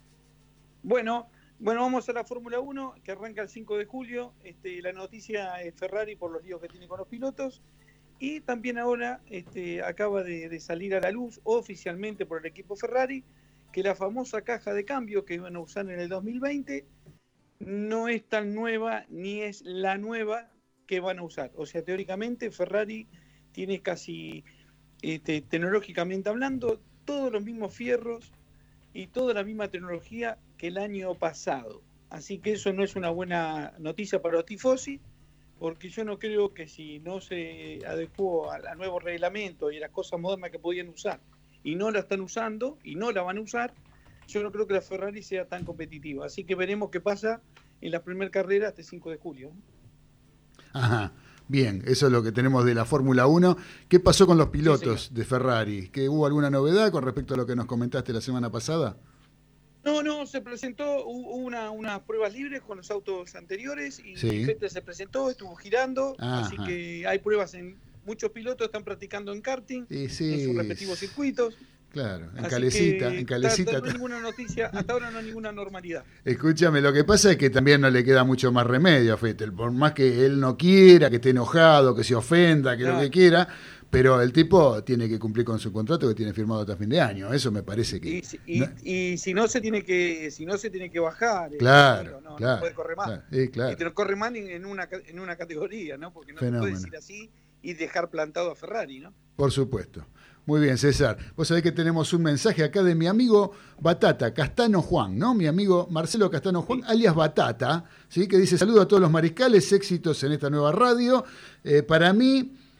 Bueno, vamos a la Fórmula 1, que arranca el 5 de julio. La noticia es Ferrari por los líos que tiene con los pilotos. Y también ahora acaba de salir a la luz oficialmente por el equipo Ferrari que la famosa caja de cambio que iban a usar en el 2020 no es tan nueva ni es la nueva que van a usar. O sea, teóricamente Ferrari tiene casi, tecnológicamente hablando, todos los mismos fierros y toda la misma tecnología que el año pasado. Así que eso no es una buena noticia para los tifosi, porque yo no creo que si no se adecuó al nuevo reglamento y a las cosas modernas que podían usar y no la están usando y no la van a usar, yo no creo que la Ferrari sea tan competitiva. Así que veremos qué pasa en la primera carrera este 5 de julio. Ajá. Bien, eso es lo que tenemos de la Fórmula 1. ¿Qué pasó con los pilotos de Ferrari? ¿Que hubo alguna novedad con respecto a lo que nos comentaste la semana pasada? No, se presentó, hubo unas pruebas libres con los autos anteriores y Vettel se presentó, estuvo girando, así que hay pruebas muchos pilotos están practicando en karting, en sus respectivos circuitos. Claro, en Calecita. No hay ninguna noticia, hasta ahora no hay ninguna normalidad. Escúchame, lo que pasa es que también no le queda mucho más remedio a Vettel, por más que él no quiera, que esté enojado, que se ofenda, que lo que quiera, pero el tipo tiene que cumplir con su contrato que tiene firmado hasta fin de año. Eso me parece que... Y si no se tiene que bajar, claro, no puede correr más. Claro. Y te lo corre más en una categoría, ¿no? Porque no te puedes ir así y dejar plantado a Ferrari, ¿no? Por supuesto. Muy bien, César. Vos sabés que tenemos un mensaje acá de mi amigo Batata, Castano Juan, ¿no? Mi amigo Marcelo Castano Juan, alias Batata, ¿sí? Que dice: saludo a todos los mariscales, éxitos en esta nueva radio. Para mí,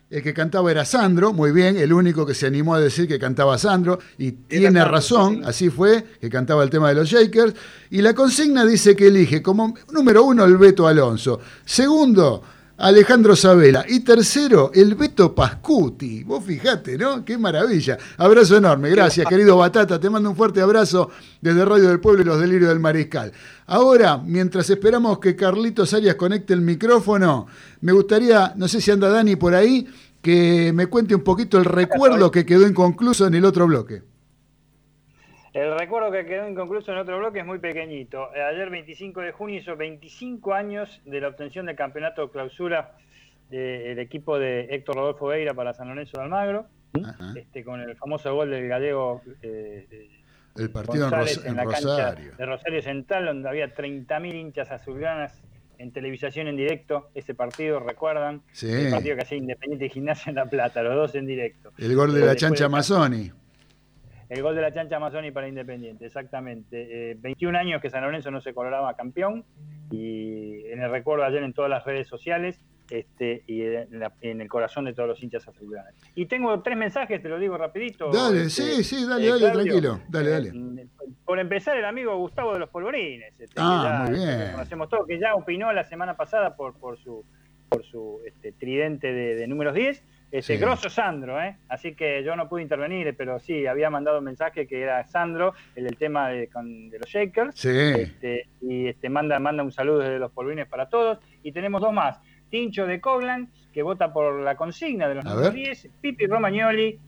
el que cantaba era Sandro, muy bien, el único que se animó a decir que cantaba Sandro, y tiene razón, así fue, que cantaba el tema de los Shakers. Y la consigna dice que elige como número 1 el Beto Alonso, segundo Alejandro Sabela y tercero el Beto Pascuti. Vos fijate, ¿no? Qué maravilla. Abrazo enorme, gracias querido Batata, te mando un fuerte abrazo desde Radio del Pueblo y los Delirios del Mariscal. Ahora, mientras esperamos que Carlitos Arias conecte el micrófono, me gustaría, no sé si anda Dani por ahí, que me cuente un poquito el recuerdo que quedó inconcluso en el otro bloque. El recuerdo que quedó inconcluso en otro bloque es muy pequeñito. Ayer, 25 de junio, hizo 25 años de la obtención del campeonato de clausura del equipo de Héctor Rodolfo Beira para San Lorenzo de Almagro, con el famoso gol del gallego el partido González en la Rosario. Cancha de Rosario Central, donde había 30.000 hinchas azulgranas en televisación en directo. Ese partido, ¿recuerdan? Sí. El partido que hacía Independiente y Gimnasia en La Plata, los dos en directo. El gol de la Chancha Mazzoni. El gol de la Chancha Mazzoni para Independiente, exactamente. 21 años que San Lorenzo no se coronaba campeón, y en el recuerdo ayer en todas las redes sociales, y en el corazón de todos los hinchas azulgranas. Y tengo 3 mensajes, te lo digo rapidito. Dale, dale, Claudio, tranquilo. Dale. Por empezar, el amigo Gustavo de los Polvorines. Muy bien. Que conocemos todos, que ya opinó la semana pasada por su tridente de números 10. Grosso Sandro, así que yo no pude intervenir, pero sí, había mandado un mensaje que era Sandro, el tema de los Shakers. Sí. Y manda un saludo desde los Polvorines para todos. Y tenemos 2 más. Tincho de Coglan, que vota por la consigna de los números 10, Pipi Romagnoli,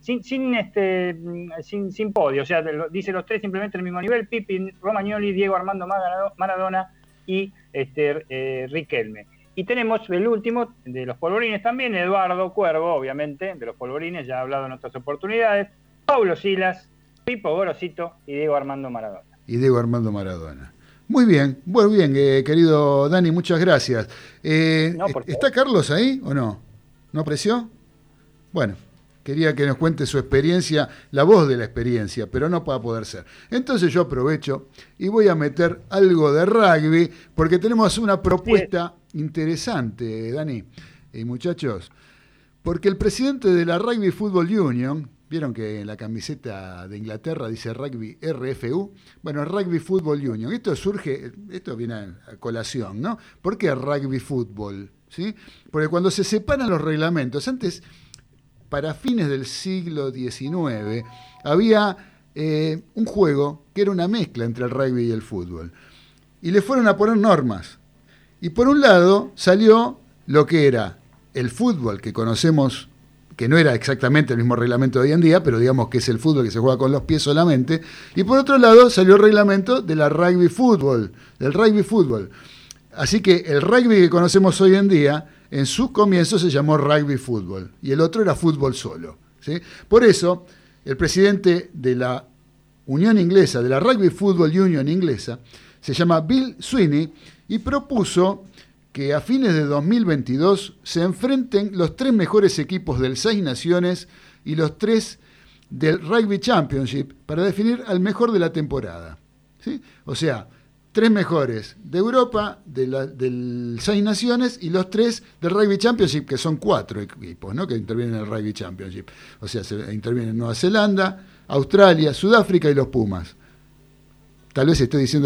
sin podio, o sea, dice los 3 simplemente al mismo nivel: Pipi Romagnoli, Diego Armando Maradona y Riquelme. Y tenemos el último de los Polvorines también, Eduardo Cuervo, obviamente, de los Polvorines, ya ha hablado en otras oportunidades, Paulo Silas, Pipo Gorosito y Diego Armando Maradona. Muy bien, querido Dani, muchas gracias. ¿Está Carlos ahí o no? ¿No apreció? Bueno, quería que nos cuente su experiencia, la voz de la experiencia, pero no va a poder ser. Entonces yo aprovecho y voy a meter algo de rugby, porque tenemos una propuesta interesante, Dani y muchachos, porque el presidente de la Rugby Football Union, vieron que en la camiseta de Inglaterra dice Rugby RFU, bueno, Rugby Football Union, esto viene a colación, ¿no? ¿Por qué Rugby Football? ¿Sí? Porque cuando se separan los reglamentos, antes, para fines del siglo XIX, había un juego que era una mezcla entre el rugby y el fútbol, y le fueron a poner normas. Y por un lado salió lo que era el fútbol que conocemos, que no era exactamente el mismo reglamento de hoy en día, pero digamos que es el fútbol que se juega con los pies solamente. Y por otro lado salió el reglamento de la rugby fútbol, del rugby fútbol. Así que el rugby que conocemos hoy en día, en sus comienzos se llamó rugby fútbol, y el otro era fútbol solo, ¿sí? Por eso, el presidente de la Unión Inglesa, de la Rugby Football Union inglesa, se llama Bill Sweeney, y propuso que a fines de 2022 se enfrenten los 3 mejores equipos del 6 Naciones y los 3 del Rugby Championship para definir al mejor de la temporada, ¿sí? O sea, 3 mejores de Europa, del 6 Naciones, y los 3 del Rugby Championship, que son 4 equipos, ¿no?, que intervienen en el Rugby Championship. O sea, se intervienen Nueva Zelanda, Australia, Sudáfrica y los Pumas. Tal vez estoy diciendo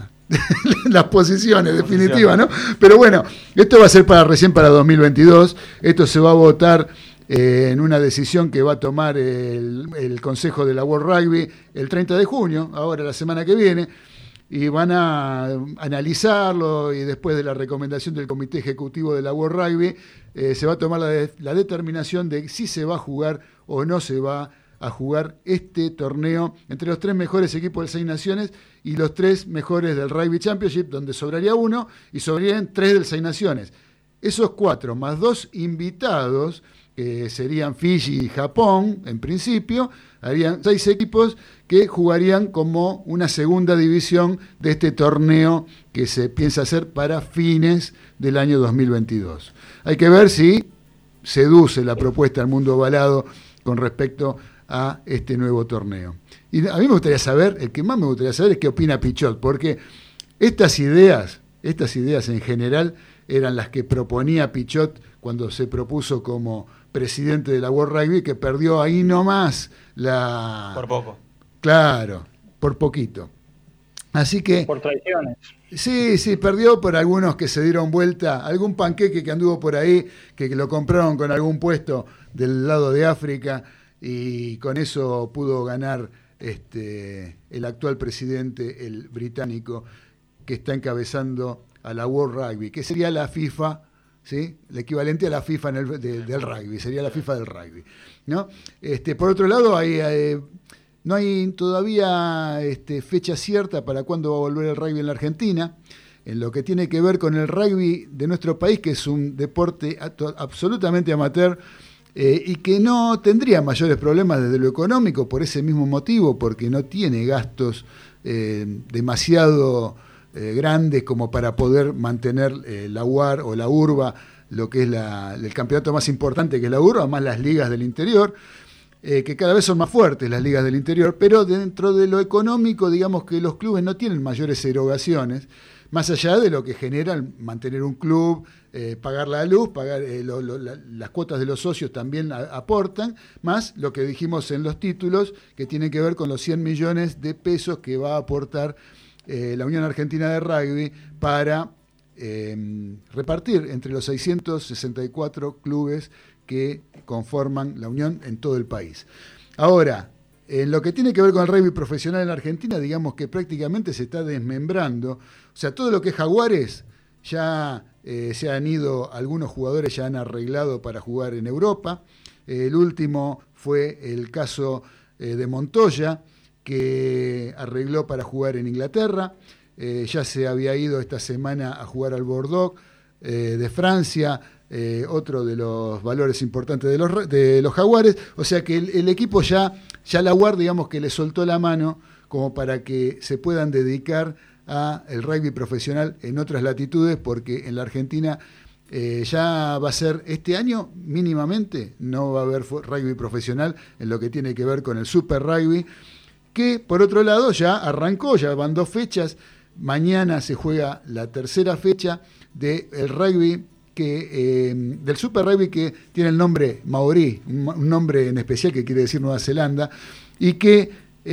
las posiciones definitivas, ¿no? Pero bueno, esto va a ser recién para 2022. Esto se va a votar en una decisión que va a tomar el Consejo de la World Rugby el 30 de junio, ahora la semana que viene, y van a analizarlo, y después de la recomendación del Comité Ejecutivo de la World Rugby se va a tomar la determinación de si se va a jugar o no se va a jugar este torneo entre los 3 mejores equipos del 6 Naciones y los 3 mejores del Rugby Championship, donde sobraría 1 y sobrarían 3 del 6 Naciones. Esos 4 más 2 invitados, que serían Fiji y Japón, en principio, harían 6 equipos que jugarían como una segunda división de este torneo que se piensa hacer para fines del año 2022. Hay que ver si seduce la propuesta del mundo ovalado con respecto a este nuevo torneo. Y a mí me gustaría saber, el que más me gustaría saber es qué opina Pichot, porque estas ideas en general eran las que proponía Pichot cuando se propuso como presidente de la World Rugby, que perdió ahí nomás Por poco. Claro, por poquito. Así que... Por traiciones. Sí, perdió por algunos que se dieron vuelta, algún panqueque que anduvo por ahí, que lo compraron con algún puesto del lado de África, y con eso pudo ganar el actual presidente, el británico, que está encabezando a la World Rugby, que sería la FIFA, ¿sí? El equivalente a la FIFA del rugby, sería la FIFA del rugby, ¿no? Por otro lado, no hay todavía fecha cierta para cuándo va a volver el rugby en la Argentina. En lo que tiene que ver con el rugby de nuestro país, que es un deporte absolutamente amateur, y que no tendría mayores problemas desde lo económico por ese mismo motivo, porque no tiene gastos demasiado grandes como para poder mantener la UAR o la URBA, lo que es el campeonato más importante, que es la URBA, más las ligas del interior, que cada vez son más fuertes las ligas del interior, pero dentro de lo económico, digamos que los clubes no tienen mayores erogaciones, más allá de lo que genera mantener un club, pagar la luz, pagar las cuotas de los socios también aportan, más lo que dijimos en los títulos, que tienen que ver con los 100 millones de pesos que va a aportar la Unión Argentina de Rugby para repartir entre los 664 clubes que conforman la Unión en todo el país. Ahora, en lo que tiene que ver con el rugby profesional en la Argentina, digamos que prácticamente se está desmembrando. O sea, todo lo que es Jaguares, ya se han ido, algunos jugadores ya han arreglado para jugar en Europa. El último fue el caso de Montoya, que arregló para jugar en Inglaterra. Ya se había ido esta semana a jugar al Bordeaux de Francia, otro de los valores importantes de los Jaguares. O sea que el equipo ya la UAR, digamos que le soltó la mano como para que se puedan dedicar a el rugby profesional en otras latitudes, porque en la Argentina ya va a ser este año mínimamente, no va a haber rugby profesional en lo que tiene que ver con el Super Rugby, que por otro lado ya arrancó, ya van 2 fechas. Mañana se juega la tercera fecha del rugby, del Super Rugby, que tiene el nombre maorí, un nombre en especial que quiere decir Nueva Zelanda, y que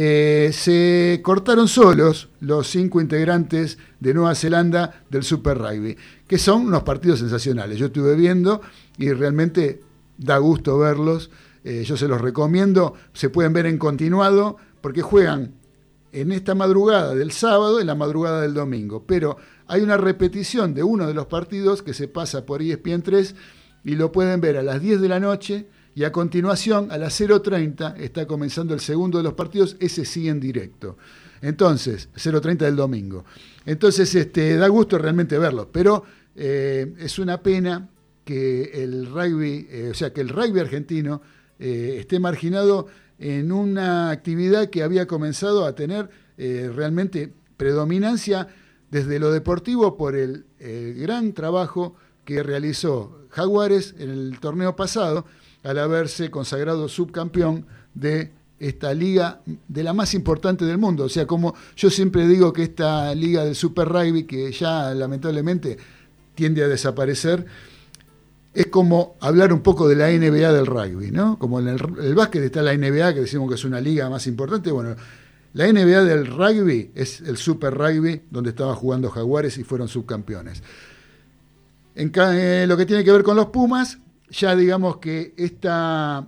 se cortaron solos los 5 integrantes de Nueva Zelanda del Super Rugby, que son unos partidos sensacionales. Yo estuve viendo y realmente da gusto verlos. Yo se los recomiendo, se pueden ver en continuado, porque juegan en esta madrugada del sábado, en la madrugada del domingo, pero hay una repetición de uno de los partidos que se pasa por ESPN 3 y lo pueden ver a las 10 de la noche, y a continuación a las 0:30 está comenzando el segundo de los partidos, ese sí en directo. Entonces, 0:30 del domingo. Entonces, da gusto realmente verlo, pero es una pena que el rugby, que el rugby argentino esté marginado en una actividad que había comenzado a tener realmente predominancia desde lo deportivo por el gran trabajo que realizó Jaguares en el torneo pasado, al haberse consagrado subcampeón de esta liga, de la más importante del mundo. O sea, como yo siempre digo que esta liga del Super Rugby, que ya lamentablemente tiende a desaparecer, es como hablar un poco de la NBA del rugby, ¿no? Como en el básquet está la NBA, que decimos que es una liga más importante. Bueno, la NBA del rugby es el Super Rugby, donde estaba jugando Jaguares y fueron subcampeones. En lo que tiene que ver con los Pumas, ya digamos que esta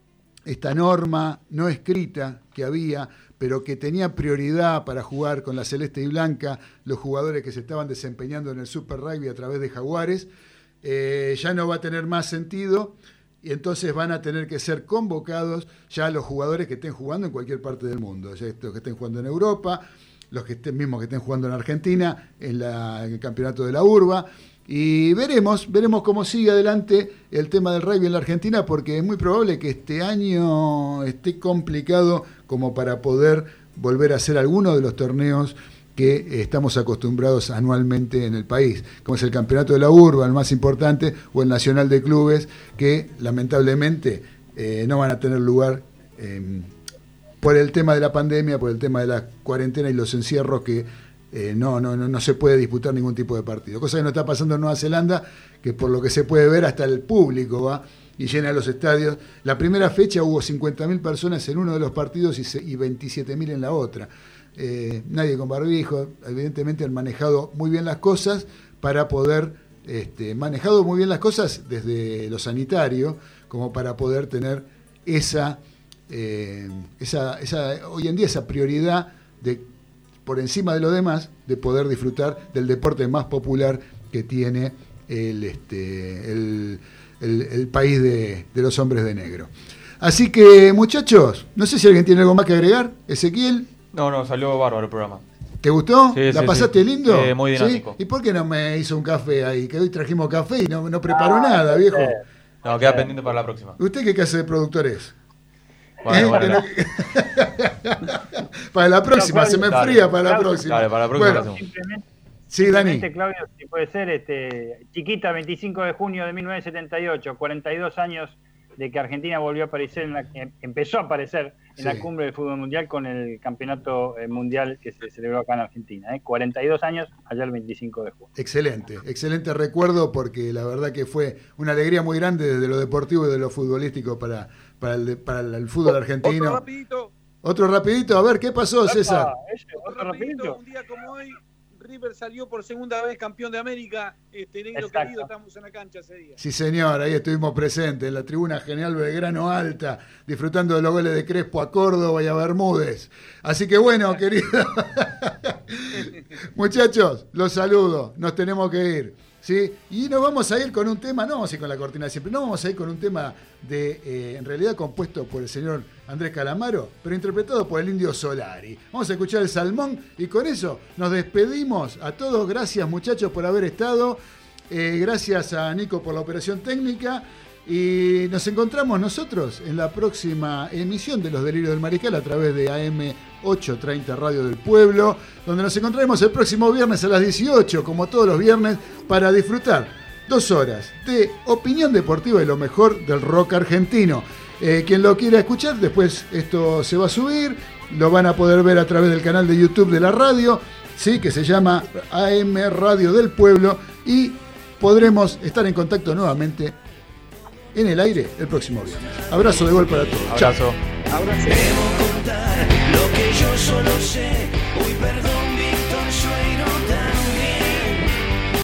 norma no escrita que había, pero que tenía prioridad para jugar con la celeste y blanca, los jugadores que se estaban desempeñando en el Super Rugby a través de Jaguares, ya no va a tener más sentido, y entonces van a tener que ser convocados ya los jugadores que estén jugando en cualquier parte del mundo, ya estos que estén jugando en Europa, los que estén jugando en Argentina, en el campeonato de la URBA, y veremos cómo sigue adelante el tema del rugby en la Argentina, porque es muy probable que este año esté complicado como para poder volver a hacer alguno de los torneos que estamos acostumbrados anualmente en el país, como es el campeonato de la URBA, el más importante, o el Nacional de Clubes, que lamentablemente no van a tener lugar por el tema de la pandemia, por el tema de la cuarentena y los encierros, que no se puede disputar ningún tipo de partido. Cosa que no está pasando en Nueva Zelanda, que por lo que se puede ver hasta el público va y llena los estadios. La primera fecha hubo 50.000 personas en uno de los partidos y 27.000 en la otra. Nadie con barbijo, evidentemente han manejado muy bien las cosas para poder, manejado muy bien las cosas desde lo sanitario, como para poder tener hoy en día esa prioridad de, por encima de lo demás, de poder disfrutar del deporte más popular que tiene el país de los hombres de negro. Así que, muchachos, no sé si alguien tiene algo más que agregar. Ezequiel. No, salió bárbaro el programa. ¿Te gustó? Sí, ¿La pasaste lindo? Muy dinámico. ¿Sí? ¿Y por qué no me hizo un café ahí? Que hoy trajimos café y no preparó nada, viejo. No, queda pendiente para la próxima. ¿Usted qué clase de productor es? Bueno. Para la próxima, se me enfría para la próxima. Dale, para la próxima. Bueno, sí, Dani. Claudio, si puede ser, Chiquita, 25 de junio de 1978, 42 años de que Argentina volvió a aparecer, empezó a aparecer en la cumbre del fútbol mundial con el campeonato mundial que se celebró acá en Argentina. 42 años, allá el 25 de junio. Excelente recuerdo, porque la verdad que fue una alegría muy grande desde lo deportivo y de lo futbolístico para el fútbol argentino. Otro rapidito, a ver, ¿qué pasó, César? Otro rapidito, un día como hoy, River salió por segunda vez campeón de América. Negro querido, estamos en la cancha ese día. Sí, señor, ahí estuvimos presentes en la tribuna General Belgrano Alta, disfrutando de los goles de Crespo a Córdoba y a Bermúdez. Así que bueno, querido. Muchachos, los saludo, nos tenemos que ir. ¿Sí? Y nos vamos a ir con un tema, no vamos a ir con la cortina siempre, no vamos a ir con un tema en realidad compuesto por el señor Andrés Calamaro, pero interpretado por el Indio Solari. Vamos a escuchar el Salmón y con eso nos despedimos a todos. Gracias, muchachos, por haber estado. Gracias a Nico por la operación técnica. Y nos encontramos nosotros en la próxima emisión de Los Delirios del Mariscal a través de AM 830 Radio del Pueblo, donde nos encontraremos el próximo viernes a las 18, como todos los viernes, para disfrutar 2 horas de opinión deportiva y lo mejor del rock argentino. Quien lo quiera escuchar, después esto se va a subir, lo van a poder ver a través del canal de YouTube de la radio, ¿sí? Que se llama AM Radio del Pueblo, y podremos estar en contacto nuevamente en el aire el próximo viernes. Abrazo de gol para todos. Abrazo. Debo contar lo que yo solo sé. Uy, perdón.